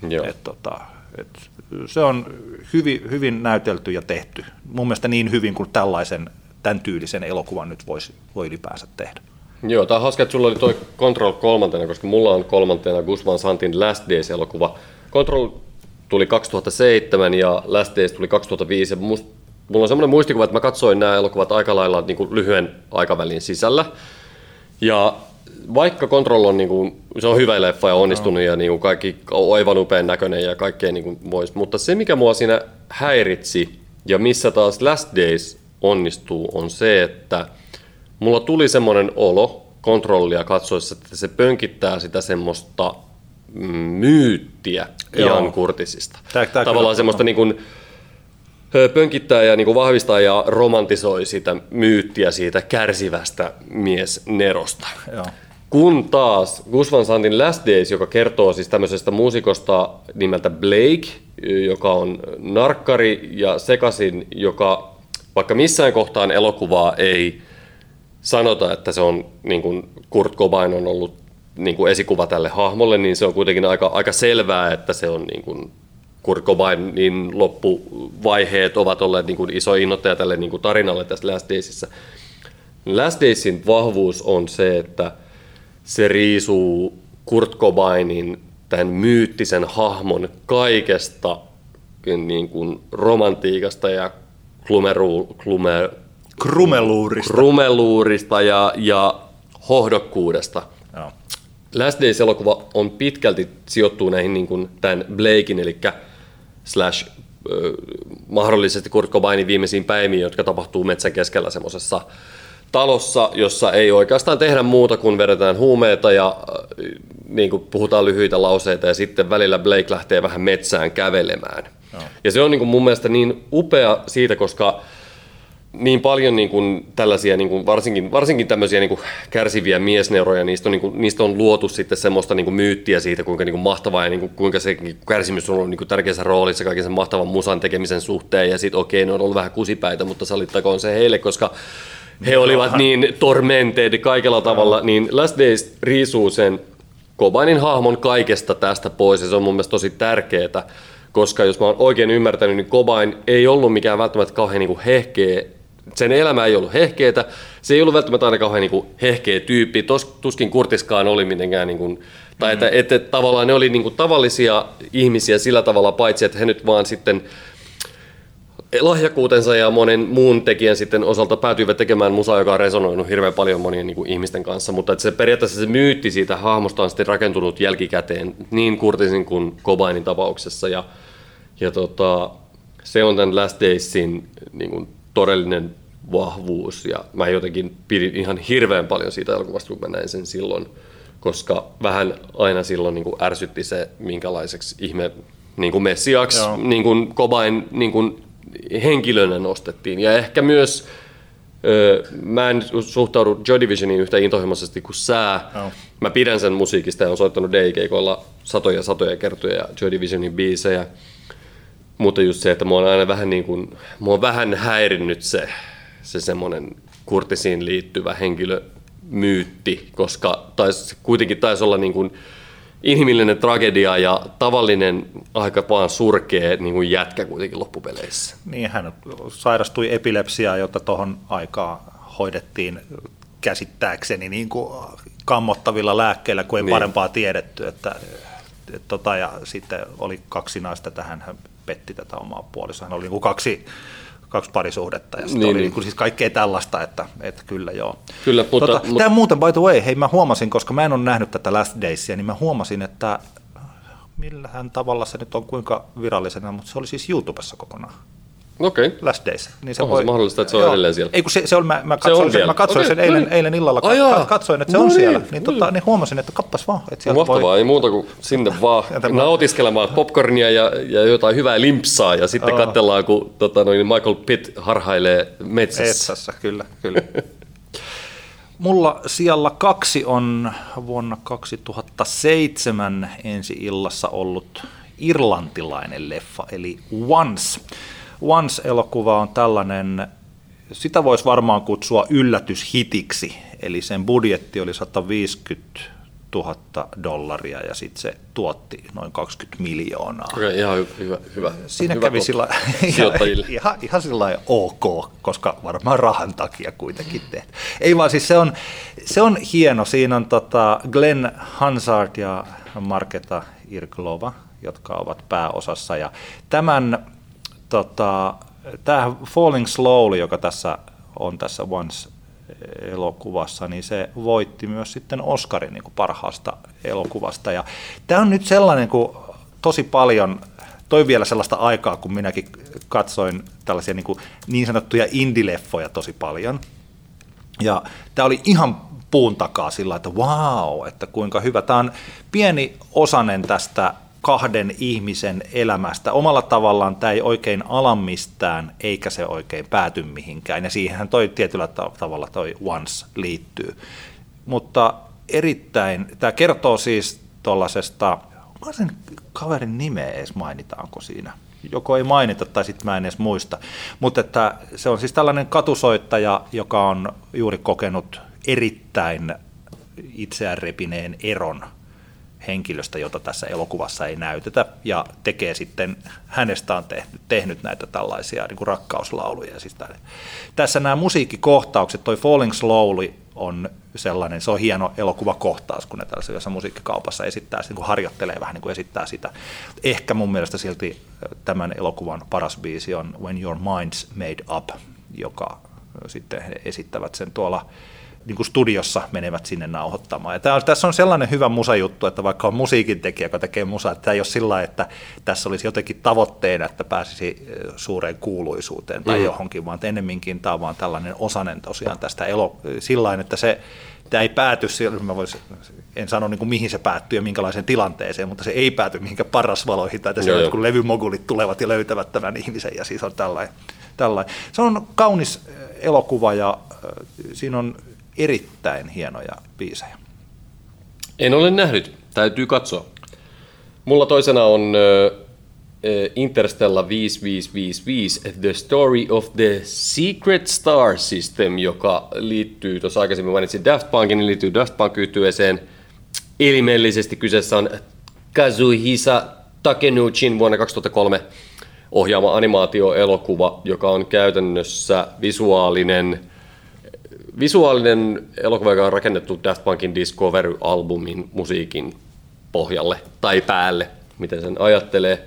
Se on hyvin näytelty ja tehty. Mun mielestä niin hyvin kuin tämän tyylisen elokuvan nyt voi ylipäänsä tehdä. Joo, tämä on hauska, että sulla oli toi Control 3, koska mulla on 3. Gus Van Santin Last Days-elokuva. Control tuli 2007 ja Last Days tuli 2005. Mulla on semmoinen muistikuva, että mä katsoin nämä elokuvat aika lailla niin kuin lyhyen aikavälin sisällä. Ja vaikka Control on, niin kuin, se on hyvä leffa ja onnistunut ja niin kuin kaikki on aivan upean näköinen ja kaikkea niin kuin voisi, mutta se mikä mua siinä häiritsi ja missä taas Last Days onnistuu on se, että mulla tuli semmoinen olo Controllia katsoessa, että se pönkittää sitä semmoista myyttiä Ian Curtisista. Tavallaan semmoista niin kuin, pönkittää ja niin kuin vahvistaa ja romantisoi sitä myyttiä siitä kärsivästä miesnerosta. Joo. Kun taas Gus Van Santin Last Days, joka kertoo siis tämmöisestä muusikosta nimeltä Blake, joka on narkkari ja sekasin, joka vaikka missään kohtaan elokuvaa ei sanota, että se on niin kuin Kurt Cobain on ollut niin kuin esikuva tälle hahmolle, niin se on kuitenkin aika selvää, että se on niin kuin Kurt Cobainin loppuvaiheet ovat olleet niin kuin iso innoittaja tälle niin kuin tarinalle tässä Last Daysissa. Last Daysin vahvuus on se, että se riisuu Kurt Cobainin tämän myyttisen hahmon kaikesta niin kuin romantiikasta ja krumeluurista ja hohdokkuudesta. Joo. Last Days-elokuva on pitkälti sijoittuu näihin niin kuin tämän Blakein, eli mahdollisesti Kurt Cobainin viimeisiin päiviin, jotka tapahtuu metsän keskellä semmoisessa talossa, jossa ei oikeastaan tehdä muuta kuin vedetään huumeita ja niin kuin puhutaan lyhyitä lauseita ja sitten välillä Blake lähtee vähän metsään kävelemään. No. Ja se on niin kuin mun mielestä niin upea siitä, koska niin paljon niin kuin tällaisia, niin kuin varsinkin tämmöisiä niin kuin kärsiviä miesneuroja, niistä on luotu sitten semmoista niin kuin myyttiä siitä, kuinka niin kuin mahtavaa ja niin kuin, kuinka se kärsimys on ollut niin kuin tärkeässä roolissa kaiken sen mahtavan musan tekemisen suhteen. Ja sitten ne on ollut vähän kusipäitä, mutta sallittakoon se heille, koska he olivat niin tormented kaikella tavalla. Niin Last Days riisuu sen Cobainin hahmon kaikesta tästä pois, ja se on mun mielestä tosi tärkeää, koska jos mä oon oikein ymmärtänyt, niin Cobain ei ollut mikään välttämättä kauhean niin kuin hehkeä. Sen elämä ei ollut hehkeetä, se ei ollut välttämättä aina kauhean niin kuin hehkeä tyyppi, tuskin Kurtiskaan oli mitenkään, niin kuin, tai että tavallaan ne oli niin kuin tavallisia ihmisiä sillä tavalla, paitsi että he nyt vaan sitten lahjakkuutensa ja monen muun tekijän sitten osalta päätyivät tekemään musaa, joka on resonoinut hirveän paljon monien niin kuin ihmisten kanssa, mutta että se periaatteessa se myytti siitä hahmosta on sitten rakentunut jälkikäteen niin Curtisin kuin Cobainin tapauksessa, ja se on tämän Last Daysin niin kuin todellinen vahvuus, ja mä jotenkin pidin ihan hirveän paljon siitä elokuvasta, kun mä näin sen silloin, koska vähän aina silloin niin kuin ärsytti se, minkälaiseksi ihme niin kuin messiaksi niin kuin Cobain niin kuin henkilönä nostettiin, ja ehkä myös mä en suhtaudu Joy Divisioniin yhtä intohimoisesti kuin sä. Mä pidän sen musiikista ja olen soittanut DJ-keikoilla satoja kertoja Joy Divisionin biisejä. Mutta just se, että mua on aina vähän niin kuin, mua on vähän häirinnyt se semmoinen Curtisiin liittyvä henkilömyytti, koska kuitenkin taisi olla niin kuin inhimillinen tragedia ja tavallinen aika vaan surkea niin kuin jätkä kuitenkin loppupeleissä. Niin, hän sairastui epilepsiaan, jota tuohon aikaan hoidettiin käsittääkseni niin kuin kammottavilla lääkkeillä, kun ei parempaa tiedetty. Ja sitten oli 2 naista tähän, hän petti tätä omaa puolissa. Hän oli niin kuin kaksi parisuhdetta ja sitten oli niin kuin siis kaikkea tällaista, että kyllä joo. Kyllä, mutta tämä muuten, by the way, hei, mä huomasin, koska mä en ole nähnyt tätä Last Daysia, niin mä huomasin, että millähän tavalla se nyt on kuinka virallisena, mutta se oli siis YouTubessa kokonaan. Okei. Last Days. Niin onko se mahdollista, että se on edelleen siellä? Ei, kun se on, mä katsoin sen eilen illalla, katsoin, että se on siellä. Niin huomasin, että kappas vaan. Että mahtavaa, ei muuta kuin sinne vaan nautiskelemaan popcornia ja jotain hyvää limpsaa, ja sitten katsellaan, kun Michael Pitt harhailee metsässä. Kyllä. Mulla sijalla 2 on vuonna 2007 ensi illassa ollut irlantilainen leffa, eli Once. Once-elokuva on tällainen, sitä voisi varmaan kutsua yllätyshitiksi, eli sen budjetti oli $150,000 ja sitten se tuotti noin 20 miljoonaa. Okei, ihan hyvä. Siinä hyvä kävi ihan sillä ok, koska varmaan rahan takia kuitenkin tehty. Ei vaan siis se on hieno, siinä on Glenn Hansard ja Marketa Irglova, jotka ovat pääosassa, ja tämä Falling Slowly, joka tässä on tässä Once elokuvassa, niin se voitti myös sitten Oscarin niin kuin parhaasta elokuvasta. Ja tämä on nyt sellainen, kun tosi paljon, toi vielä sellaista aikaa, kun minäkin katsoin tällaisia niin sanottuja indie-leffoja tosi paljon. Ja tämä oli ihan puun takaa sillä, että vau, että kuinka hyvä. Tämä on pieni osanen tästä kahden ihmisen elämästä. Omalla tavallaan tämä ei oikein ala mistään, eikä se oikein pääty mihinkään. Ja siihenhän toi tietyllä tavalla toi Once liittyy. Mutta erittäin, tämä kertoo siis tuollaisesta, onko sen kaverin nimeä edes mainitaanko siinä? Joko ei mainita tai sitten mä en edes muista. Mutta että se on siis tällainen katusoittaja, joka on juuri kokenut erittäin itseään repineen eron henkilöstä, jota tässä elokuvassa ei näytetä, ja tekee sitten, hänestä on tehnyt näitä tällaisia niin kuin rakkauslauluja. Siis tässä nämä musiikkikohtaukset, toi Falling Slowly on sellainen, se on hieno elokuvakohtaus, kun ne tällaisessa musiikkikaupassa esittää, niin kuin harjoittelee vähän niin kuin esittää sitä. Ehkä mun mielestä silti tämän elokuvan paras biisi on When Your Mind's Made Up, joka sitten he esittävät sen tuolla niin kuin studiossa, menevät sinne nauhoittamaan. Ja tässä on sellainen hyvä musajuttu, että vaikka on musiikintekijä, joka tekee musaa, että tämä ei ole sillä lailla, että tässä olisi jotenkin tavoitteena, että pääsisi suureen kuuluisuuteen tai johonkin, vaan ennemminkin tämä on vaan tällainen osanen tosiaan tästä sillä lailla, että tämä ei pääty, en sano niin kuin mihin se päättyy ja minkälaiseen tilanteeseen, mutta se ei pääty mihinkään parasvaloihin, tai että kun levymogulit tulevat ja löytävät tämän ihmisen, ja siis on tällainen. Se on kaunis elokuva, ja siinä on erittäin hienoja biisejä. En ole nähnyt, täytyy katsoa. Mulla toisena on Interstellar 5555, The Story of the Secret Star System, joka liittyy, tuossa aikaisemmin mainitsin Daft Punkin, niin liittyy Daft Punk-yhtyeeseen. Elimellisesti kyseessä on Kazuhisa Takenouchin vuonna 2003 ohjaama animaatioelokuva, joka on käytännössä visuaalinen elokuva, joka on rakennettu Daft Punkin Discovery-albumin musiikin pohjalle tai päälle, miten sen ajattelee.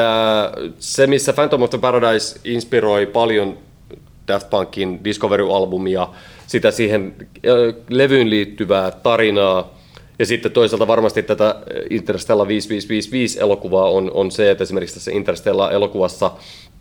Se, missä Phantom of the Paradise inspiroi paljon Daft Punkin Discovery-albumia, sitä siihen levyyn liittyvää tarinaa, ja sitten toisaalta varmasti tätä Interstellar 5555 elokuvaa on se, että esimerkiksi tässä Interstellar-elokuvassa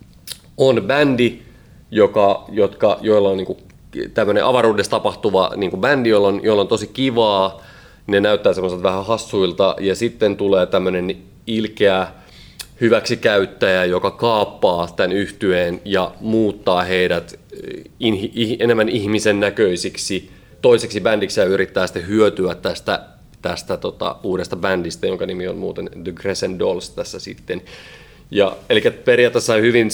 on bändi, joilla on niin kuin tämmöinen avaruudessa tapahtuva niin kuin bändi, jolla on tosi kivaa, ne näyttää semmoiselta vähän hassuilta, ja sitten tulee tämmöinen ilkeä hyväksikäyttäjä, joka kaappaa tämän yhtyeen ja muuttaa heidät enemmän ihmisen näköisiksi toiseksi bändiksi ja yrittää sitten hyötyä tästä uudesta bändistä, jonka nimi on muuten The Crescent Dolls tässä sitten. Eli periaatteessa hyvin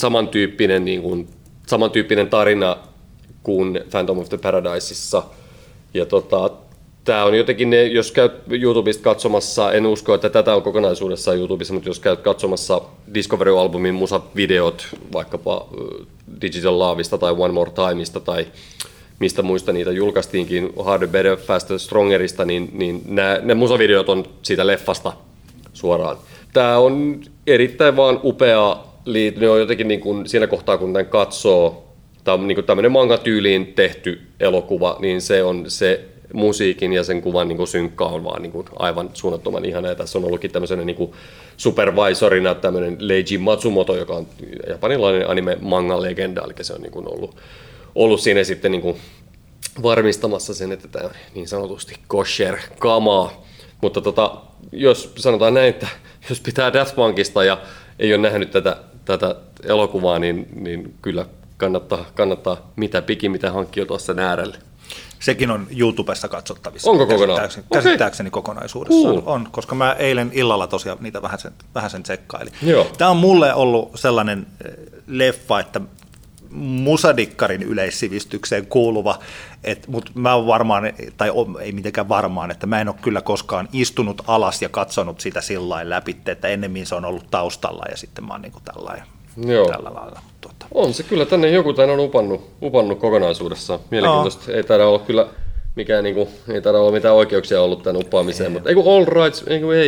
samantyyppinen tarina kuin Phantom of the Paradiseissa. Ja tämä on jotenkin, jos käyt YouTubesta katsomassa, en usko, että tätä on kokonaisuudessaan YouTubessa, mutta jos käyt katsomassa Discovery-albumin musavideot, vaikkapa Digital Loveista tai One More Timeista tai mistä muista niitä julkaistiinkin, Harder, Better, Faster, Strongerista, niin ne musavideot on siitä leffasta suoraan. Tämä on erittäin vaan upea, ne on jotenkin niin kuin siinä kohtaa, kun tämän katsoo, tämä on niin kuin tämmöinen manga-tyyliin tehty elokuva, niin se on se musiikin ja sen kuvan niin kuin synkka on vaan niin kuin aivan suunnattoman ihana. Ja tässä on ollutkin tämmöisenä niin kuin supervisorina tämmöinen Leiji Matsumoto, joka on japanilainen anime-manga-legenda, eli se on niin kuin ollut siinä sitten niin kuin varmistamassa sen, että tämä on niin sanotusti kosher-kamaa. Mutta jos sanotaan näin, että jos pitää Daft Punkista ja ei ole nähnyt tätä elokuvaa, niin kyllä kannattaa mitä pikimmiten hankkia tuossa äärelle. Sekin on YouTubessa katsottavissa. Onko kokonaan? Käsittääkseni kokonaisuudessaan on, koska mä eilen illalla tosiaan niitä vähän sen tsekkailin. Joo. Tämä on mulle ollut sellainen leffa, että musadikkarin yleissivistykseen kuuluva, mutta mä oon varmaan, tai ei mitenkään varmaan, että mä en ole kyllä koskaan istunut alas ja katsonut sitä sillain läpi, että ennemmin se on ollut taustalla ja sitten mä oon niin kuin tällä lailla. On se kyllä, tänne joku tämän on upannut kokonaisuudessaan. Mielenkiintoista. Ei taida olla kyllä mikään, ei taida olla mitään oikeuksia ollut tämän uppaamiseen, mutta all rights,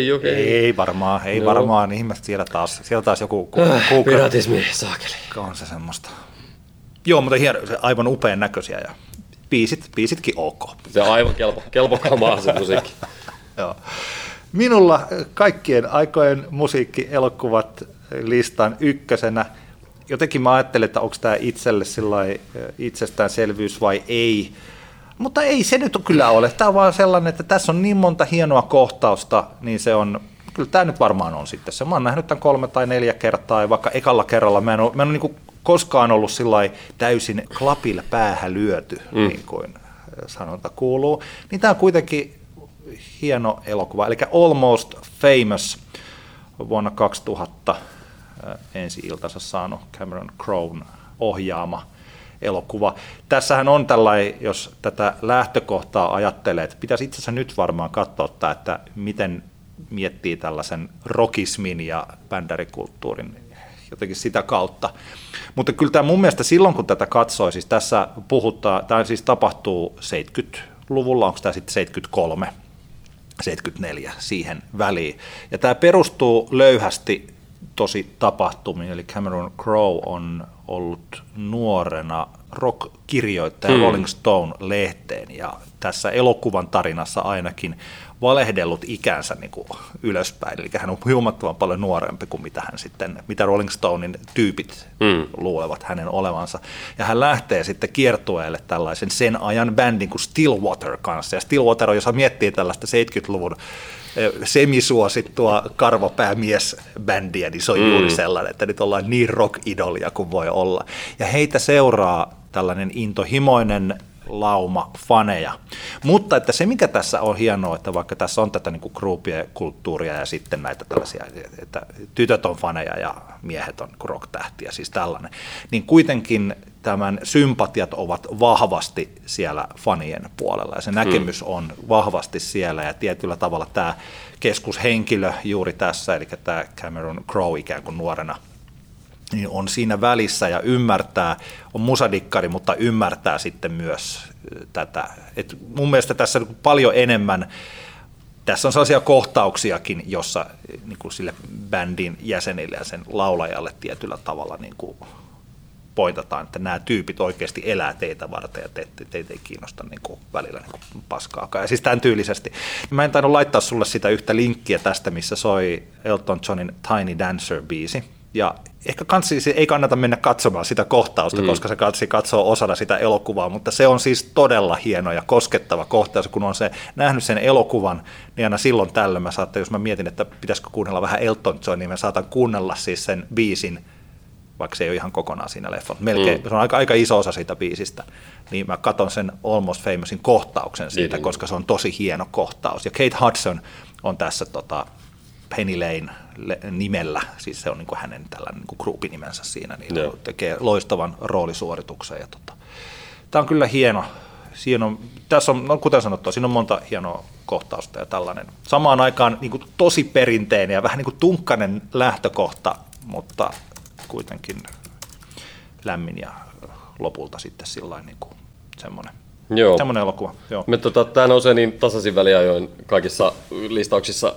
Ei varmaan, ihmiset siellä taas joku piratismi, saakeli. On se semmoista. Joo, mutta hieno, aivan upean näköisiä ja biisitkin ok. Se on aivan kelpo kamaa se musiikki. Joo. Minulla kaikkien aikojen musiikkielokuvat listan ykkösenä. Jotenkin mä ajattelin, että onko tämä itselle itsestäänselvyys vai ei. Mutta ei se nyt kyllä ole. Tämä on vaan sellainen, että tässä on niin monta hienoa kohtausta, niin se on, kyllä tämä nyt varmaan on sitten se. Mä oon nähnyt tämän 3 tai 4 kertaa, ja vaikka ekalla kerralla mä en ole niin kuin koskaan ollut täysin klapilla päähän lyöty, niin kuin sanonta kuuluu. Niin tämä on kuitenkin hieno elokuva, eli Almost Famous, vuonna 2000 ensi-iltansa saanut Cameron Crowen ohjaama elokuva. Tässähän on tällainen, jos tätä lähtökohtaa ajattelee, että pitäisi itse asiassa nyt varmaan katsoa, että miten miettii tällaisen rockismin ja bändärikulttuurin jotenkin sitä kautta. Mutta kyllä tämä mun mielestä silloin, kun tätä katsoi, siis tässä puhutaan, tämä siis tapahtuu 70-luvulla, onko tämä sitten 73, 74 siihen väliin. Ja tämä perustuu löyhästi tosi tapahtumiin, eli Cameron Crowe on ollut nuorena rock-kirjoittaja Rolling Stone-lehteen, ja tässä elokuvan tarinassa ainakin valehdellut ikänsä niin kuin ylöspäin, eli hän on huomattavan paljon nuorempi kuin mitä Rolling Stonein tyypit luulevat hänen olevansa, ja hän lähtee sitten kiertueelle tällaisen sen ajan bändin kuin Stillwater kanssa, ja Stillwater, jos miettii tällaista 70-luvun semisuosittua karvopäämiesbändiä, niin se on juuri sellainen, että nyt ollaan niin rock-idolia kuin voi olla. Ja heitä seuraa tällainen intohimoinen lauma faneja. Mutta että se, mikä tässä on hienoa, että vaikka tässä on tätä niin kuin groupie-kulttuuria ja sitten näitä tällaisia, että tytöt on faneja ja miehet on rock-tähtiä, siis tällainen, niin kuitenkin tämän sympatiat ovat vahvasti siellä fanien puolella ja se näkemys on vahvasti siellä ja tietyllä tavalla tämä keskushenkilö juuri tässä, eli tämä Cameron Crowe ikään kuin nuorena, niin on siinä välissä ja ymmärtää, on musadikkari, mutta ymmärtää sitten myös tätä. Et mun mielestä tässä on paljon enemmän, tässä on sellaisia kohtauksiakin, jossa niin kuin sille bändin jäsenille ja sen laulajalle tietyllä tavalla niin kuin pointataan, että nämä tyypit oikeasti elää teitä varten ja teitä ei kiinnosta niin kuin välillä niin kuin paskaakaan. Ja siis tämän tyylisesti. Mä en tainnut laittaa sulle sitä yhtä linkkiä tästä, missä soi Elton Johnin Tiny Dancer-biisi. Ja ehkä ei kannata mennä katsomaan sitä kohtausta, koska se katsoo osana sitä elokuvaa, mutta se on siis todella hieno ja koskettava kohtaus. Kun on nähnyt sen elokuvan, niin aina silloin tällöin jos mä mietin, että pitäisikö kuunnella vähän Elton John, niin mä saatan kuunnella siis sen biisin, vaikka se ei ole ihan kokonaan siinä leffassa. Melkein, se on aika iso osa siitä biisistä, niin mä katson sen Almost Famousin kohtauksen siitä, koska se on tosi hieno kohtaus. Ja Kate Hudson on tässä Penny Lane nimellä, siis se on niin kuin hänen tällainen niin kuin groupinimensä siinä, niin tekee loistavan roolisuorituksen. Ja tämä on kyllä hieno. Tässä on, no kuten sanottu, siinä on monta hienoa kohtausta ja tällainen. Samaan aikaan niin kuin tosi perinteinen ja vähän niin kuin tunkkainen lähtökohta, mutta kuitenkin lämmin ja lopulta sitten sillain niin kuin semmoinen elokuva. Joo. Tämä nousee niin tasaisin väliajoin kaikissa listauksissa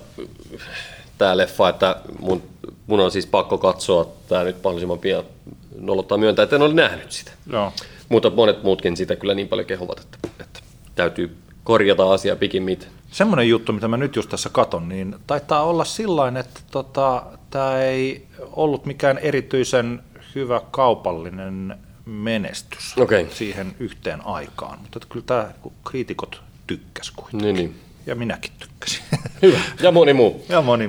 tämä leffa, että mun on siis pakko katsoa tämä nyt mahdollisimman pian nolottaa myöntää, että en ole nähnyt sitä. Joo. Mutta monet muutkin sitä kyllä niin paljon kehovat, että täytyy korjata asia pikimmiten. Semmoinen juttu, mitä mä nyt just tässä katon, niin taitaa olla sillain, että tämä ei ollut mikään erityisen hyvä kaupallinen menestys siihen yhteen aikaan, mutta kyllä tämä kriitikot tykkäs kuitenkin. Niin. Ja minäkin tykkäsin. Hyvä. Ja moni muu.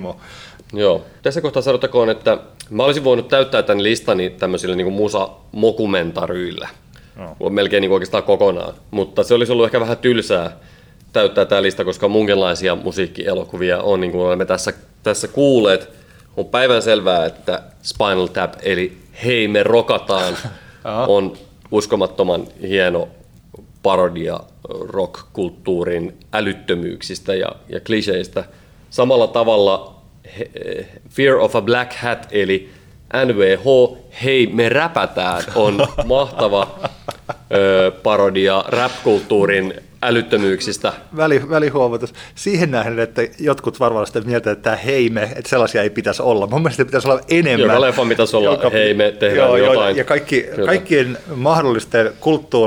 Joo. Tässä kohtaa sanotakoon, että mä olisin voinut täyttää tämän listani tämmöisillä niin kuin musa-mokumentaryillä. Melkein niin kuin oikeastaan kokonaan. Mutta se olisi ollut ehkä vähän tylsää täyttää tämä lista, koska munkinlaisia musiikkielokuvia on, niin kuin olemme tässä kuulleet. On päivänselvää, että Spinal Tap, eli Hei me rokataan, on uskomattoman hieno parodia rock-kulttuurin älyttömyyksistä ja kliseistä. Samalla tavalla Fear of a Black Hat, eli NWH, Hei me räpätään, on mahtava parodia rap-kulttuurin älyttömyyksistä. Välihuomatus. Siihen nähden, että jotkut varmaan sitä mieltä, että heime, että sellaisia ei pitäisi olla. Mun mielestä pitäisi olla enemmän. Joka leffa pitäisi olla heime, tehdään jotain. Ja kaikkien mahdollisten kulttuuri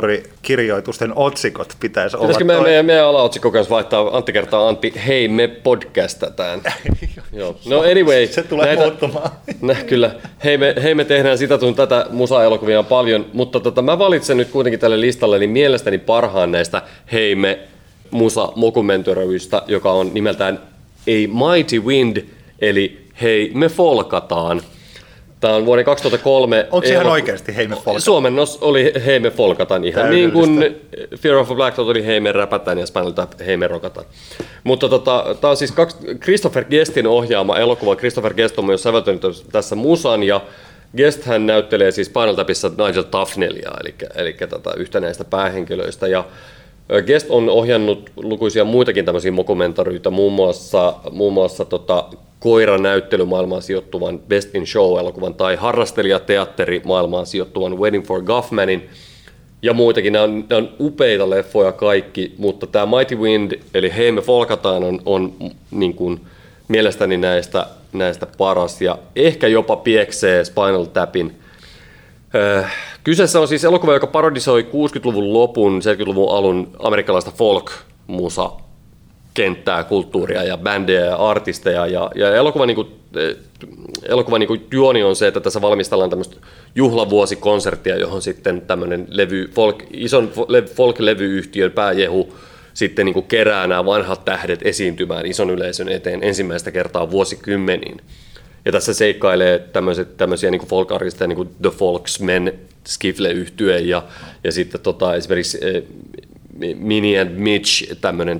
kirjoitusten otsikot pitäisi olla. Pitäisikö meidän alaotsikko kanssa vaihtaa Antti kertaa Antti, hei me podcastataan. Joo. No anyway. Se tulee muuttumaan. Kyllä. Hei me tehdään sitä sun tätä musa-elokuvia paljon, mutta mä valitsen nyt kuitenkin tälle listalle niin mielestäni parhaan näistä hei me musa-mokumentoryista, joka on nimeltään A Mighty Wind, eli hei me folkataan. Tämä on vuoden 2003. Onko se ihan oikeasti hei me folkataan? Suomennos oli hei me folkataan ihan niin kuin Fear of a Black Dot oli hei me räpätään ja Spinal Tap hei me rokataan. Mutta tämä on siis Christopher Guestin ohjaama elokuva. Christopher Guest on myös säveltänyt tässä musan ja Guest hän näyttelee siis Spinal Tapissa Nigel Tufnelia, eli yhtä näistä päähenkilöistä. Ja Guest on ohjannut lukuisia muitakin tämmöisiä mokumentaryitä, muun muassa koiranäyttelymaailmaan sijoittuvan Best in Show-elokuvan tai harrastelijateatterimaailmaan sijoittuvan Waiting for Guffmanin ja muitakin. Nämä on upeita leffoja kaikki, mutta tämä Mighty Wind, eli hei me folkataan, on niin kuin mielestäni näistä paras ja ehkä jopa pieksee Spinal Tapin. Kyseessä on siis elokuva, joka parodisoi 60-luvun lopun, 70-luvun alun amerikkalaista folk-musa-kenttää, kulttuuria ja bändejä ja artisteja. Ja elokuva niin kuin juoni on se, että tässä valmistellaan tämmöistä juhlavuosikonserttia, johon sitten tämmöinen ison folk-levyyhtiön pääjehu sitten niin kuin kerää nämä vanhat tähdet esiintymään ison yleisön eteen ensimmäistä kertaa vuosikymmeniin. Ja tässä seikkailee tämmöisiä niin kuin folk-artisteja, niin kuin The Folksmen, Skiffle-yhtye ja sitten esimerkiksi Minnie and Mitch, tämmöinen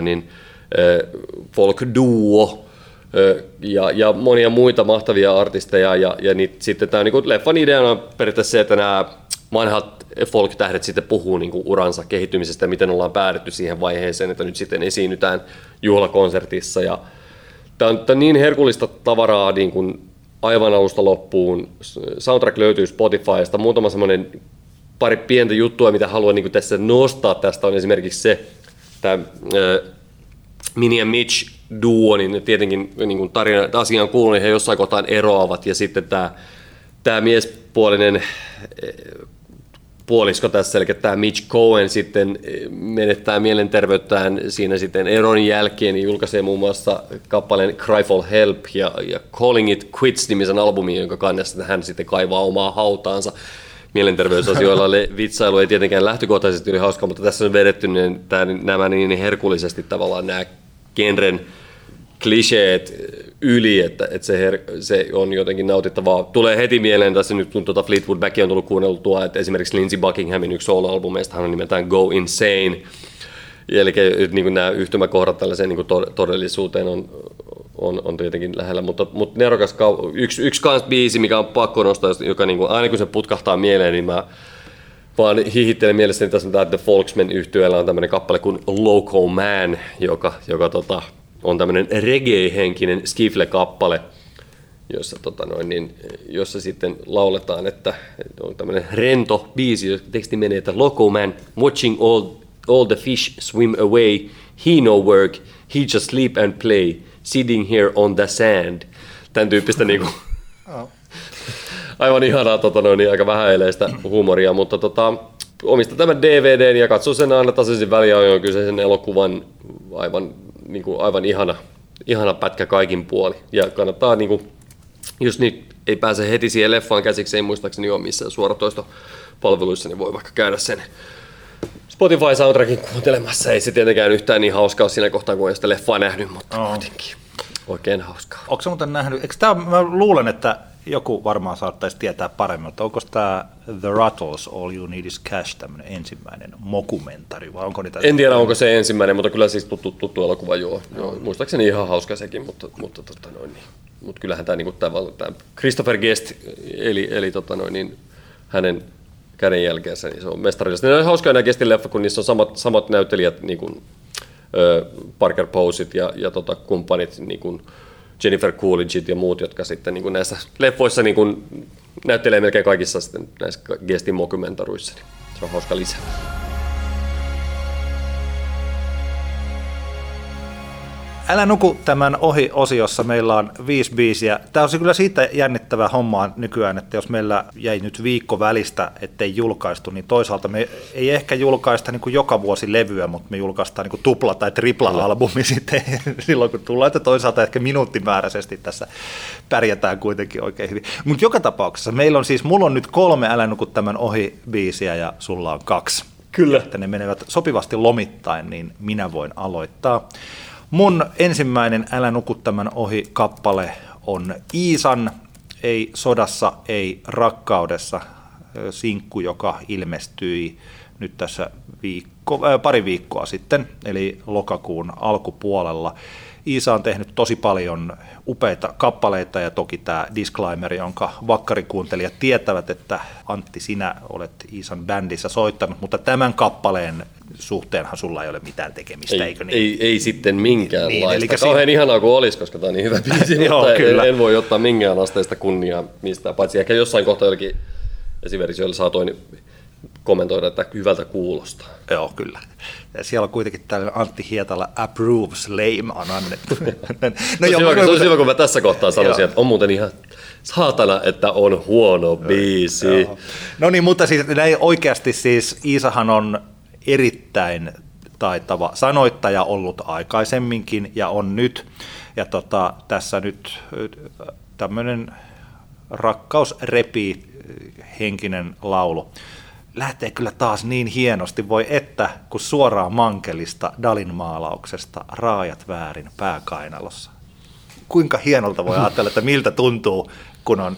folk-duo ja monia muita mahtavia artisteja. Ja sitten tämä niin leffan ideana on periaatteessa se, että nämä vanhat folk-tähdet sitten puhuu niin kuin uransa kehittymisestä ja miten ollaan päädytty siihen vaiheeseen, että nyt sitten esiinnytään juhlakonsertissa. Ja tämä on niin herkullista tavaraa niin kuin aivan alusta loppuun. Soundtrack löytyy Spotifysta. Muutama semmoinen pari pientä juttua, mitä haluan niin kuin tässä nostaa tästä, on esimerkiksi se, tämä Minnie ja Mitch duo, niin tietenkin niin kuin asiaan kuuluu, niin he jossain kohtaan eroavat. Ja sitten tämä miespuolinen puolisko tässä, eli tämä Mitch Cohen sitten menettää mielenterveyttään siinä sitten eron jälkeen, niin julkaisee muun muassa kappaleen Cry for Help ja Calling It Quits-nimisen albumin, jonka kannessa hän sitten kaivaa omaa hautaansa. Mielenterveysasioilla vitsailu ei tietenkään lähtökohtaisesti ole hauskaa, mutta tässä on vedetty nämä niin herkullisesti tavallaan nämä genren kliseet yli, että se on jotenkin nautittavaa. Tulee heti mieleen tässä nyt, kun Fleetwood Mac on tullut kuunneltua, että esimerkiksi Lindsey Buckinghamin yksi solo-albumeista on nimeltään Go Insane. Eli niin nämä yhtymäkohdat tällaiseen niin todellisuuteen on tietenkin lähellä, mutta nerokas yksi kans biisi, mikä on pakko nostaa, joka niin kuin, aina kun se putkahtaa mieleen, niin mä vaan hihittelen mielestäni tässä The Folksmen -yhtyeellä on tämmöinen kappale kuin Loco Man, joka on tämmöinen reggae-henkinen skifle-kappale, jossa sitten lauletaan, että on tämmöinen rento biisi, jossa teksti menee, että Loco Man, watching all the fish swim away, he no work, he just sleep and play, sitting here on the sand. Tämän tyyppistä niinku aivan ihanaa, aika vähäileistä huumoria, mutta omista tämän DVDn ja katso sen aina tasaisin väliajoin kyseisen elokuvan aivan ihana pätkä kaikin puoli. Ja kannattaa, jos nyt ei pääse heti siihen leffaan käsiksi, ei muistaakseni ole missään suoratoistopalveluissa, niin voi vaikka käydä sen Spotify-soundtrackin kuuntelemassa. Ei se tietenkään yhtään niin hauskaa siinä kohtaa, kun ei sitä leffaa nähnyt, mutta kuitenkin oikein hauskaa. Onko se muuten nähnyt? Mä luulen, että joku varmaan saattaisi tietää paremmin, mutta onko tämä The Rattles, All You Need Is Cash, tämmöinen ensimmäinen mokumentari, vai onko niitä? En tiedä, onko se ensimmäinen, mutta kyllä siis tuttu elokuva, joo. Muistaakseni ihan hauska sekin, mutta kyllähän tämä Christopher Guest, eli hänen kädenjälkeensä, niin se on mestarillista. Ne on hauskaa nämä Guestin leffa, kun niissä on samat näyttelijät, niin kuin Parker Poseit ja kumppanit, niin kuin Jennifer Coolidgeit ja muut, jotka sitten niin kuin näissä leffoissa niin kuin näyttelee melkein kaikissa sitten näissä Guestin mokumentaruissa. Niin se on hauska lisä. Älä nuku tämän ohi-osiossa. Meillä on 5 biisiä. Tämä on kyllä siitä jännittävää hommaa nykyään, että jos meillä jäi nyt viikko välistä, ettei julkaistu, niin toisaalta me ei ehkä julkaista niin kuin joka vuosi levyä, mutta me julkaistaan niin kuin tupla- tai tripla-albumi sitten silloin, kun tullaan. Että toisaalta ehkä minuuttimääräisesti tässä pärjätään kuitenkin oikein hyvin. Mutta joka tapauksessa meillä on siis, mulla on nyt 3 Älä nuku tämän ohi-biisiä ja sulla on 2. Kyllä. Että ne menevät sopivasti lomittain, niin minä voin aloittaa. Mun ensimmäinen Älä nuku tämän ohi -kappale on Iisan Ei sodassa, ei rakkaudessa -sinkku, joka ilmestyi nyt tässä pari viikkoa sitten, eli lokakuun alkupuolella. Iisa on tehnyt tosi paljon upeita kappaleita ja toki tämä disclaimer, jonka vakkarikuuntelijat tietävät, että Antti, sinä olet Iisan bändissä soittanut, mutta tämän kappaleen suhteenhan sulla ei ole mitään tekemistä, eikö niin? Ei sitten minkäänlaista. Niin, kauhean ihanaa kuin olisi, koska tämä on niin hyvä biisi, mutta en voi ottaa minkään asteista kunniaa mistään, paitsi ehkä jossain kohtaa jollakin esiversioilla saatoin kommentoida, että hyvältä kuulostaa. Joo, kyllä. Ja siellä on kuitenkin tällainen Antti Hietala approves lame on annettu. Se olisi hyvä, kun mä tässä kohtaa sanoisin, että on muuten ihan saatana, että on huono biisi. Joo. No niin, mutta siis näin oikeasti siis Iisahan on erittäin taitava sanoittaja ollut aikaisemminkin ja on nyt. Ja tässä nyt tämmöinen rakkaus repii henkinen laulu lähtee kyllä taas niin hienosti, voi että, kun suoraan mankelista Dalin maalauksesta Raajat väärin pääkainalossa. Kuinka hienolta voi ajatella, että miltä tuntuu, kun on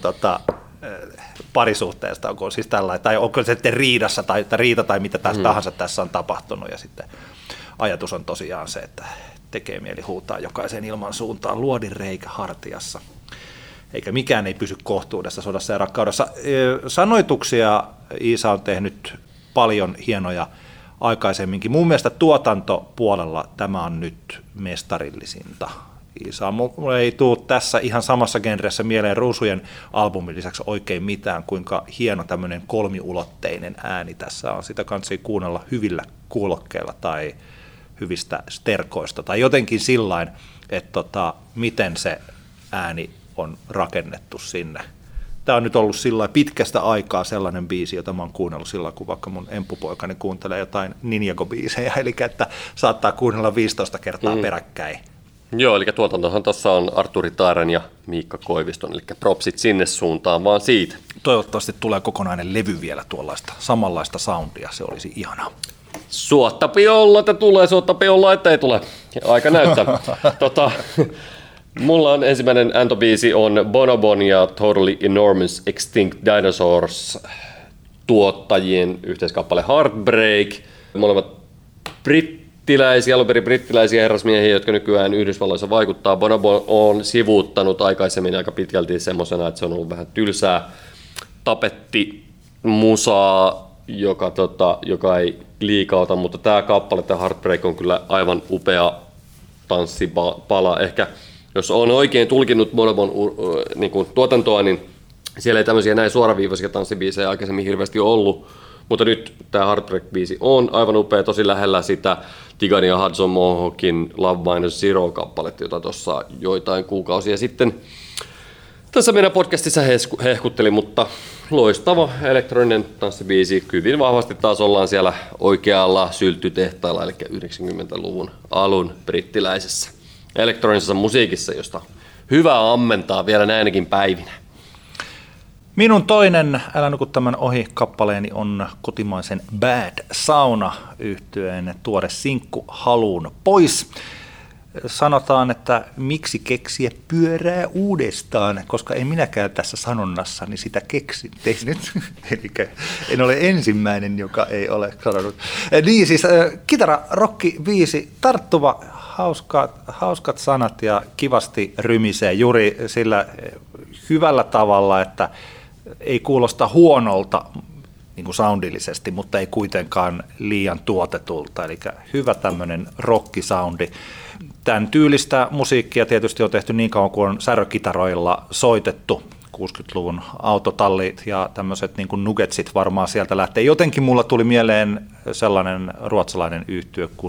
parisuhteesta, onko siis tällainen, tai onko se sitten riidassa tai riita tai mitä tahansa tässä on tapahtunut, ja sitten ajatus on tosiaan se, että tekee mieli huutaa jokaisen ilman suuntaan luodin reikä hartiassa. Eikä mikään ei pysy kohtuudessa sodassa ja rakkaudessa. Sanoituksia Iisa on tehnyt paljon hienoja aikaisemminkin. Mun mielestä tuotantopuolella tämä on nyt mestarillisinta. Iisa, mulle ei tule tässä ihan samassa genressä mieleen Ruusujen albumin lisäksi oikein mitään, kuinka hieno tämmöinen kolmiulotteinen ääni tässä on. Sitä kannattaa kuunnella hyvillä kuulokkeilla tai hyvistä sterkoista tai jotenkin sillain, että miten se ääni on rakennettu sinne. Tämä on nyt ollut sillä pitkästä aikaa sellainen biisi, jota mä oon kuunnellut sillä kun vaikka mun emppupoikani kuuntelee jotain Ninjago-biisejä, eli että saattaa kuunnella 15 kertaa peräkkäin. Joo, eli tuotantohan tuossa on Arturi Taaren ja Miikka Koiviston, eli propsit sinne suuntaan vaan siitä. Toivottavasti tulee kokonainen levy vielä tuollaista samanlaista soundia, se olisi ihanaa. Suottapi olla, että tulee, suottapi olla, että ei tule. Aika näyttää. Mulla on ensimmäinen Anto-biisi on Bonobon ja Totally Enormous Extinct Dinosaurs tuottajien yhteiskappale Heartbreak. Molemmat alun perin brittiläisiä herrasmiehiä, jotka nykyään Yhdysvalloissa vaikuttaa. Bonobon on sivuuttanut aikaisemmin aika pitkälti semmoisena, että se on ollut vähän tylsää tapetti-musaa, joka ei liikauta, mutta tämä kappale, tämä Heartbreak on kyllä aivan upea tanssipala. Ehkä jos on oikein tulkinnut Bonobon niin tuotantoa, niin siellä ei tämmöisiä näin suoraviivaisia tanssibiisejä aikaisemmin hirveästi ollut, mutta nyt tämä Heartbreak-biisi on aivan upea, tosi lähellä sitä Tigan ja Hudson Mohawkin Love Minus Zero-kappaletta, jota tuossa joitain kuukausia sitten tässä meidän podcastissa hehkuttelin, mutta loistava elektroninen tanssibiisi. Hyvin vahvasti taas ollaan siellä oikealla sylttytehtaalla, eli 90-luvun alun brittiläisessä elektronisessa musiikissa, josta hyvä ammentaa vielä näinäkin päivinä. Minun toinen Älä nuku tämän ohi -kappaleeni on kotimaisen Bad Sauna -yhtyeen tuore sinkku Haluun pois. Sanotaan, että miksi keksiä pyörää uudestaan, koska en minäkään tässä sanonnassani sitä tehnyt. Eli en ole ensimmäinen, joka ei ole sanonut. Niin siis kitara, rokki, biisi, tarttuva, hauskat sanat ja kivasti rymisee juuri sillä hyvällä tavalla, että ei kuulosta huonolta niin kuin soundillisesti, mutta ei kuitenkaan liian tuotetulta, eli hyvä tämmöinen rockisoundi. Tämän tyylistä musiikkia tietysti on tehty niin kauan kuin on särökitaroilla soitettu, 60-luvun autotallit ja tämmöiset niin kuin nuggetsit varmaan sieltä lähtee. Jotenkin mulla tuli mieleen sellainen ruotsalainen yhtye kuin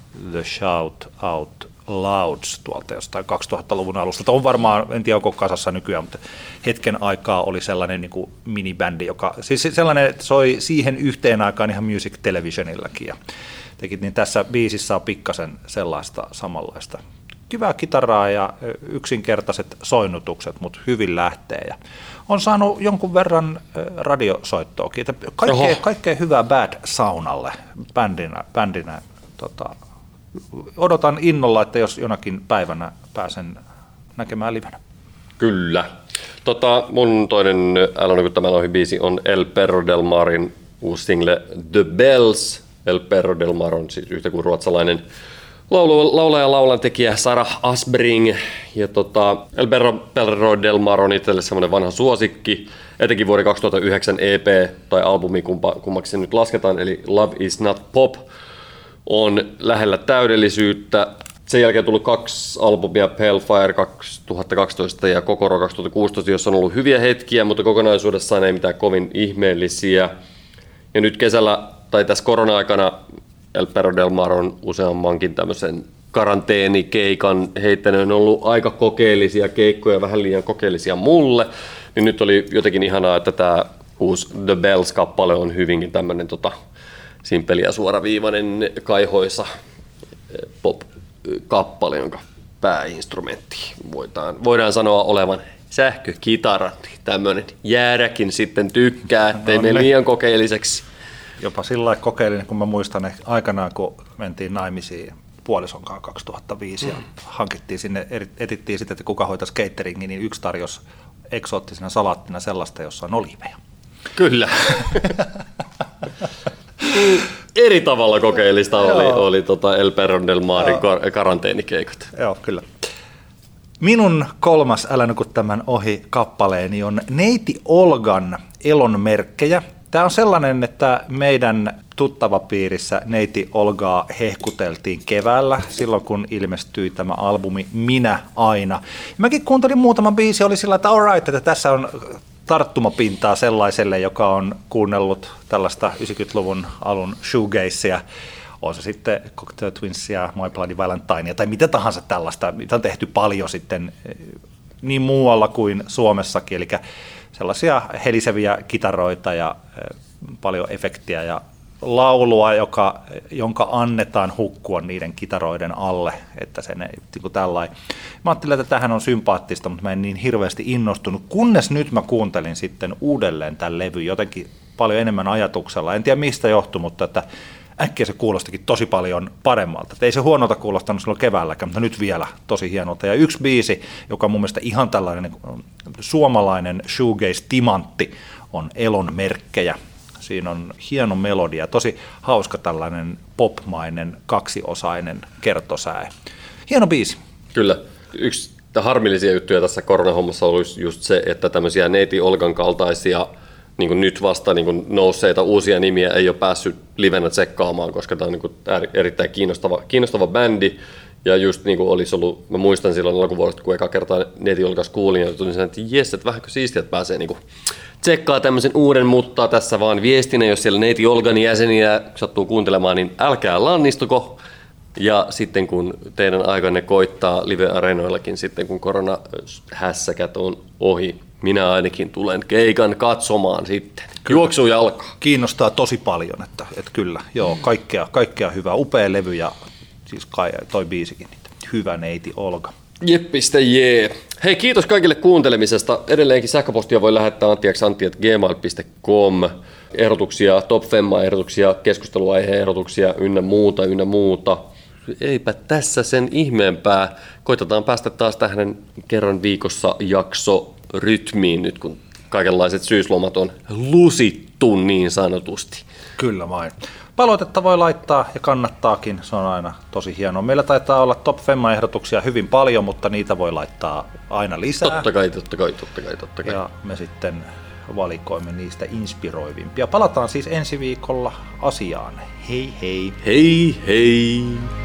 The Shout Out Louds tuolta jostain 2000-luvun alusta. On varmaan, en tiedä onko kasassa nykyään, mutta hetken aikaa oli sellainen niin kuin minibändi, joka siis sellainen, että soi siihen yhteen aikaan ihan Music Televisionillakin. Ja tekit, niin tässä biisissä on pikkasen sellaista samanlaista. Kivää kitaraa ja yksinkertaiset soinnutukset, mutta hyvin lähtee. Ja on saanut jonkun verran radiosoittoakin. Kaikkea hyvää Bad Saunalle bändinä. Odotan innolla, että jos jonakin päivänä pääsen näkemään livenä. Kyllä. Mun toinen Älä nyt tämän ohi biisi on El Perro del Marin uusi single The Bells. El Perro del Mar on siis yhtä kuin ruotsalainen laulaja ja laulantekijä Sarah Asbring. Ja El Perro del Mar on itselle semmoinen vanha suosikki, etenkin vuoden 2009 EP tai albumi, kummaksi se nyt lasketaan, eli Love is not pop, on lähellä täydellisyyttä. Sen jälkeen on tullut 2 albumia, Hellfire 2012 ja Kokoro 2016, jossa on ollut hyviä hetkiä, mutta kokonaisuudessaan ei mitään kovin ihmeellisiä. Ja nyt kesällä tai tässä korona-aikana El Perro del Mar on useammankin tämmöisen karanteenikeikan heittänyt. On ollut aika kokeellisia keikkoja, vähän liian kokeellisia mulle. Niin nyt oli jotenkin ihanaa, että tämä uusi The Bells-kappale on hyvinkin tämmöinen simppeli ja suoraviivainen kaihoisa pop-kappale, jonka pääinstrumentti voidaan sanoa olevan sähkökitara. Tämmöinen jääräkin sitten tykkää, ettei mene liian kokeelliseksi. Jopa sillä lailla kokeilin, kun mä muistan aikanaan, kun mentiin naimisiin puolisonkaan 2005 ja hankittiin sinne, etittiin sitten, että kuka hoitaisi cateringin, niin yksi tarjosi eksoottisena salaattina sellaista, jossa on oliiveja. Kyllä. Eri tavalla kokeellista oli El Perro del Marin karanteenikeikat. Joo, kyllä. Minun kolmas Älä nuku tämän ohi -kappaleeni on Neiti Olgan Elon merkkejä. Tämä on sellainen, että meidän tuttavapiirissä Neiti Olgaa hehkuteltiin keväällä, silloin kun ilmestyi tämä albumi Minä aina. Mäkin kuuntelin muutaman biisi, oli sillä, että alright, että tässä on tarttumapintaa sellaiselle, joka on kuunnellut tällaista 90-luvun alun shoegazea. On se sitten Cocktail Twinsia, My Bloody Valentine tai mitä tahansa tällaista, mitä on tehty paljon sitten niin muualla kuin Suomessakin, eli sellaisia heliseviä kitaroita ja paljon efektiä ja laulua, jonka annetaan hukkua niiden kitaroiden alle, että se niin tällainen. Mä ajattelin, että tämähän on sympaattista, mutta mä en niin hirveästi innostunut, kunnes nyt mä kuuntelin sitten uudelleen tämän levy jotenkin paljon enemmän ajatuksella. En tiedä mistä johtui, mutta että äkkiä se kuulostikin tosi paljon paremmalta. Et ei se huonolta kuulostanut silloin keväälläkään, mutta nyt vielä tosi hienolta. Ja yksi biisi, joka on mun mielestä ihan tällainen suomalainen shoegaze-timantti, on Elon merkkejä. Siinä on hieno melodia, tosi hauska tällainen popmainen kaksiosainen kertosäe. Hieno biisi. Kyllä. Yksi harmillisia juttuja tässä koronahommassa olisi just se, että tämmöisiä Neiti Olgan kaltaisia niin kuin nyt vasta niin kuin nousseita uusia nimiä ei ole päässyt livenä tsekkaamaan, koska tämä on niin kuin erittäin kiinnostava bändi. Ja just niin kuin olisi ollut, mä muistan silloin alkuvuodesta, kun eka kertaa Neiti Olgas kuulin, ja tulin sanoa, että jes, että vähänkö siistiä, että pääsee niin kuin tsekkaa tämmöisen uuden, mutta tässä vaan viestinä, jos siellä Neiti Olgan jäseniä sattuu kuuntelemaan, niin älkää lannistuko. Ja sitten kun teidän aikanne koittaa live-areenoillakin, sitten kun koronahässäkät on ohi, minä ainakin tulen keikan katsomaan sitten. Juoksu jalkaa. Kiinnostaa tosi paljon, että kyllä, joo, kaikkea hyvää. Upea levy ja siis toi biisikin, hyvä Neiti Olga. Jeppistä jee. Hei, kiitos kaikille kuuntelemisesta. Edelleenkin sähköpostia voi lähettää antti@gmail.com. Ehdotuksia, Top Femma-ehdotuksia, keskusteluaihe-ehdotuksia ynnä muuta. Eipä tässä sen ihmeempää. Koitetaan päästä taas tähän kerran viikossa jaksorytmiin nyt, kun kaikenlaiset syyslomat on lusittu niin sanotusti. Kyllä vain. Palautetta voi laittaa ja kannattaakin, se on aina tosi hienoa. Meillä taitaa olla Top Femma-ehdotuksia hyvin paljon, mutta niitä voi laittaa aina lisää. Totta kai. Ja me sitten valikoimme niistä inspiroivimpia. Palataan siis ensi viikolla asiaan. Hei hei! Hei hei!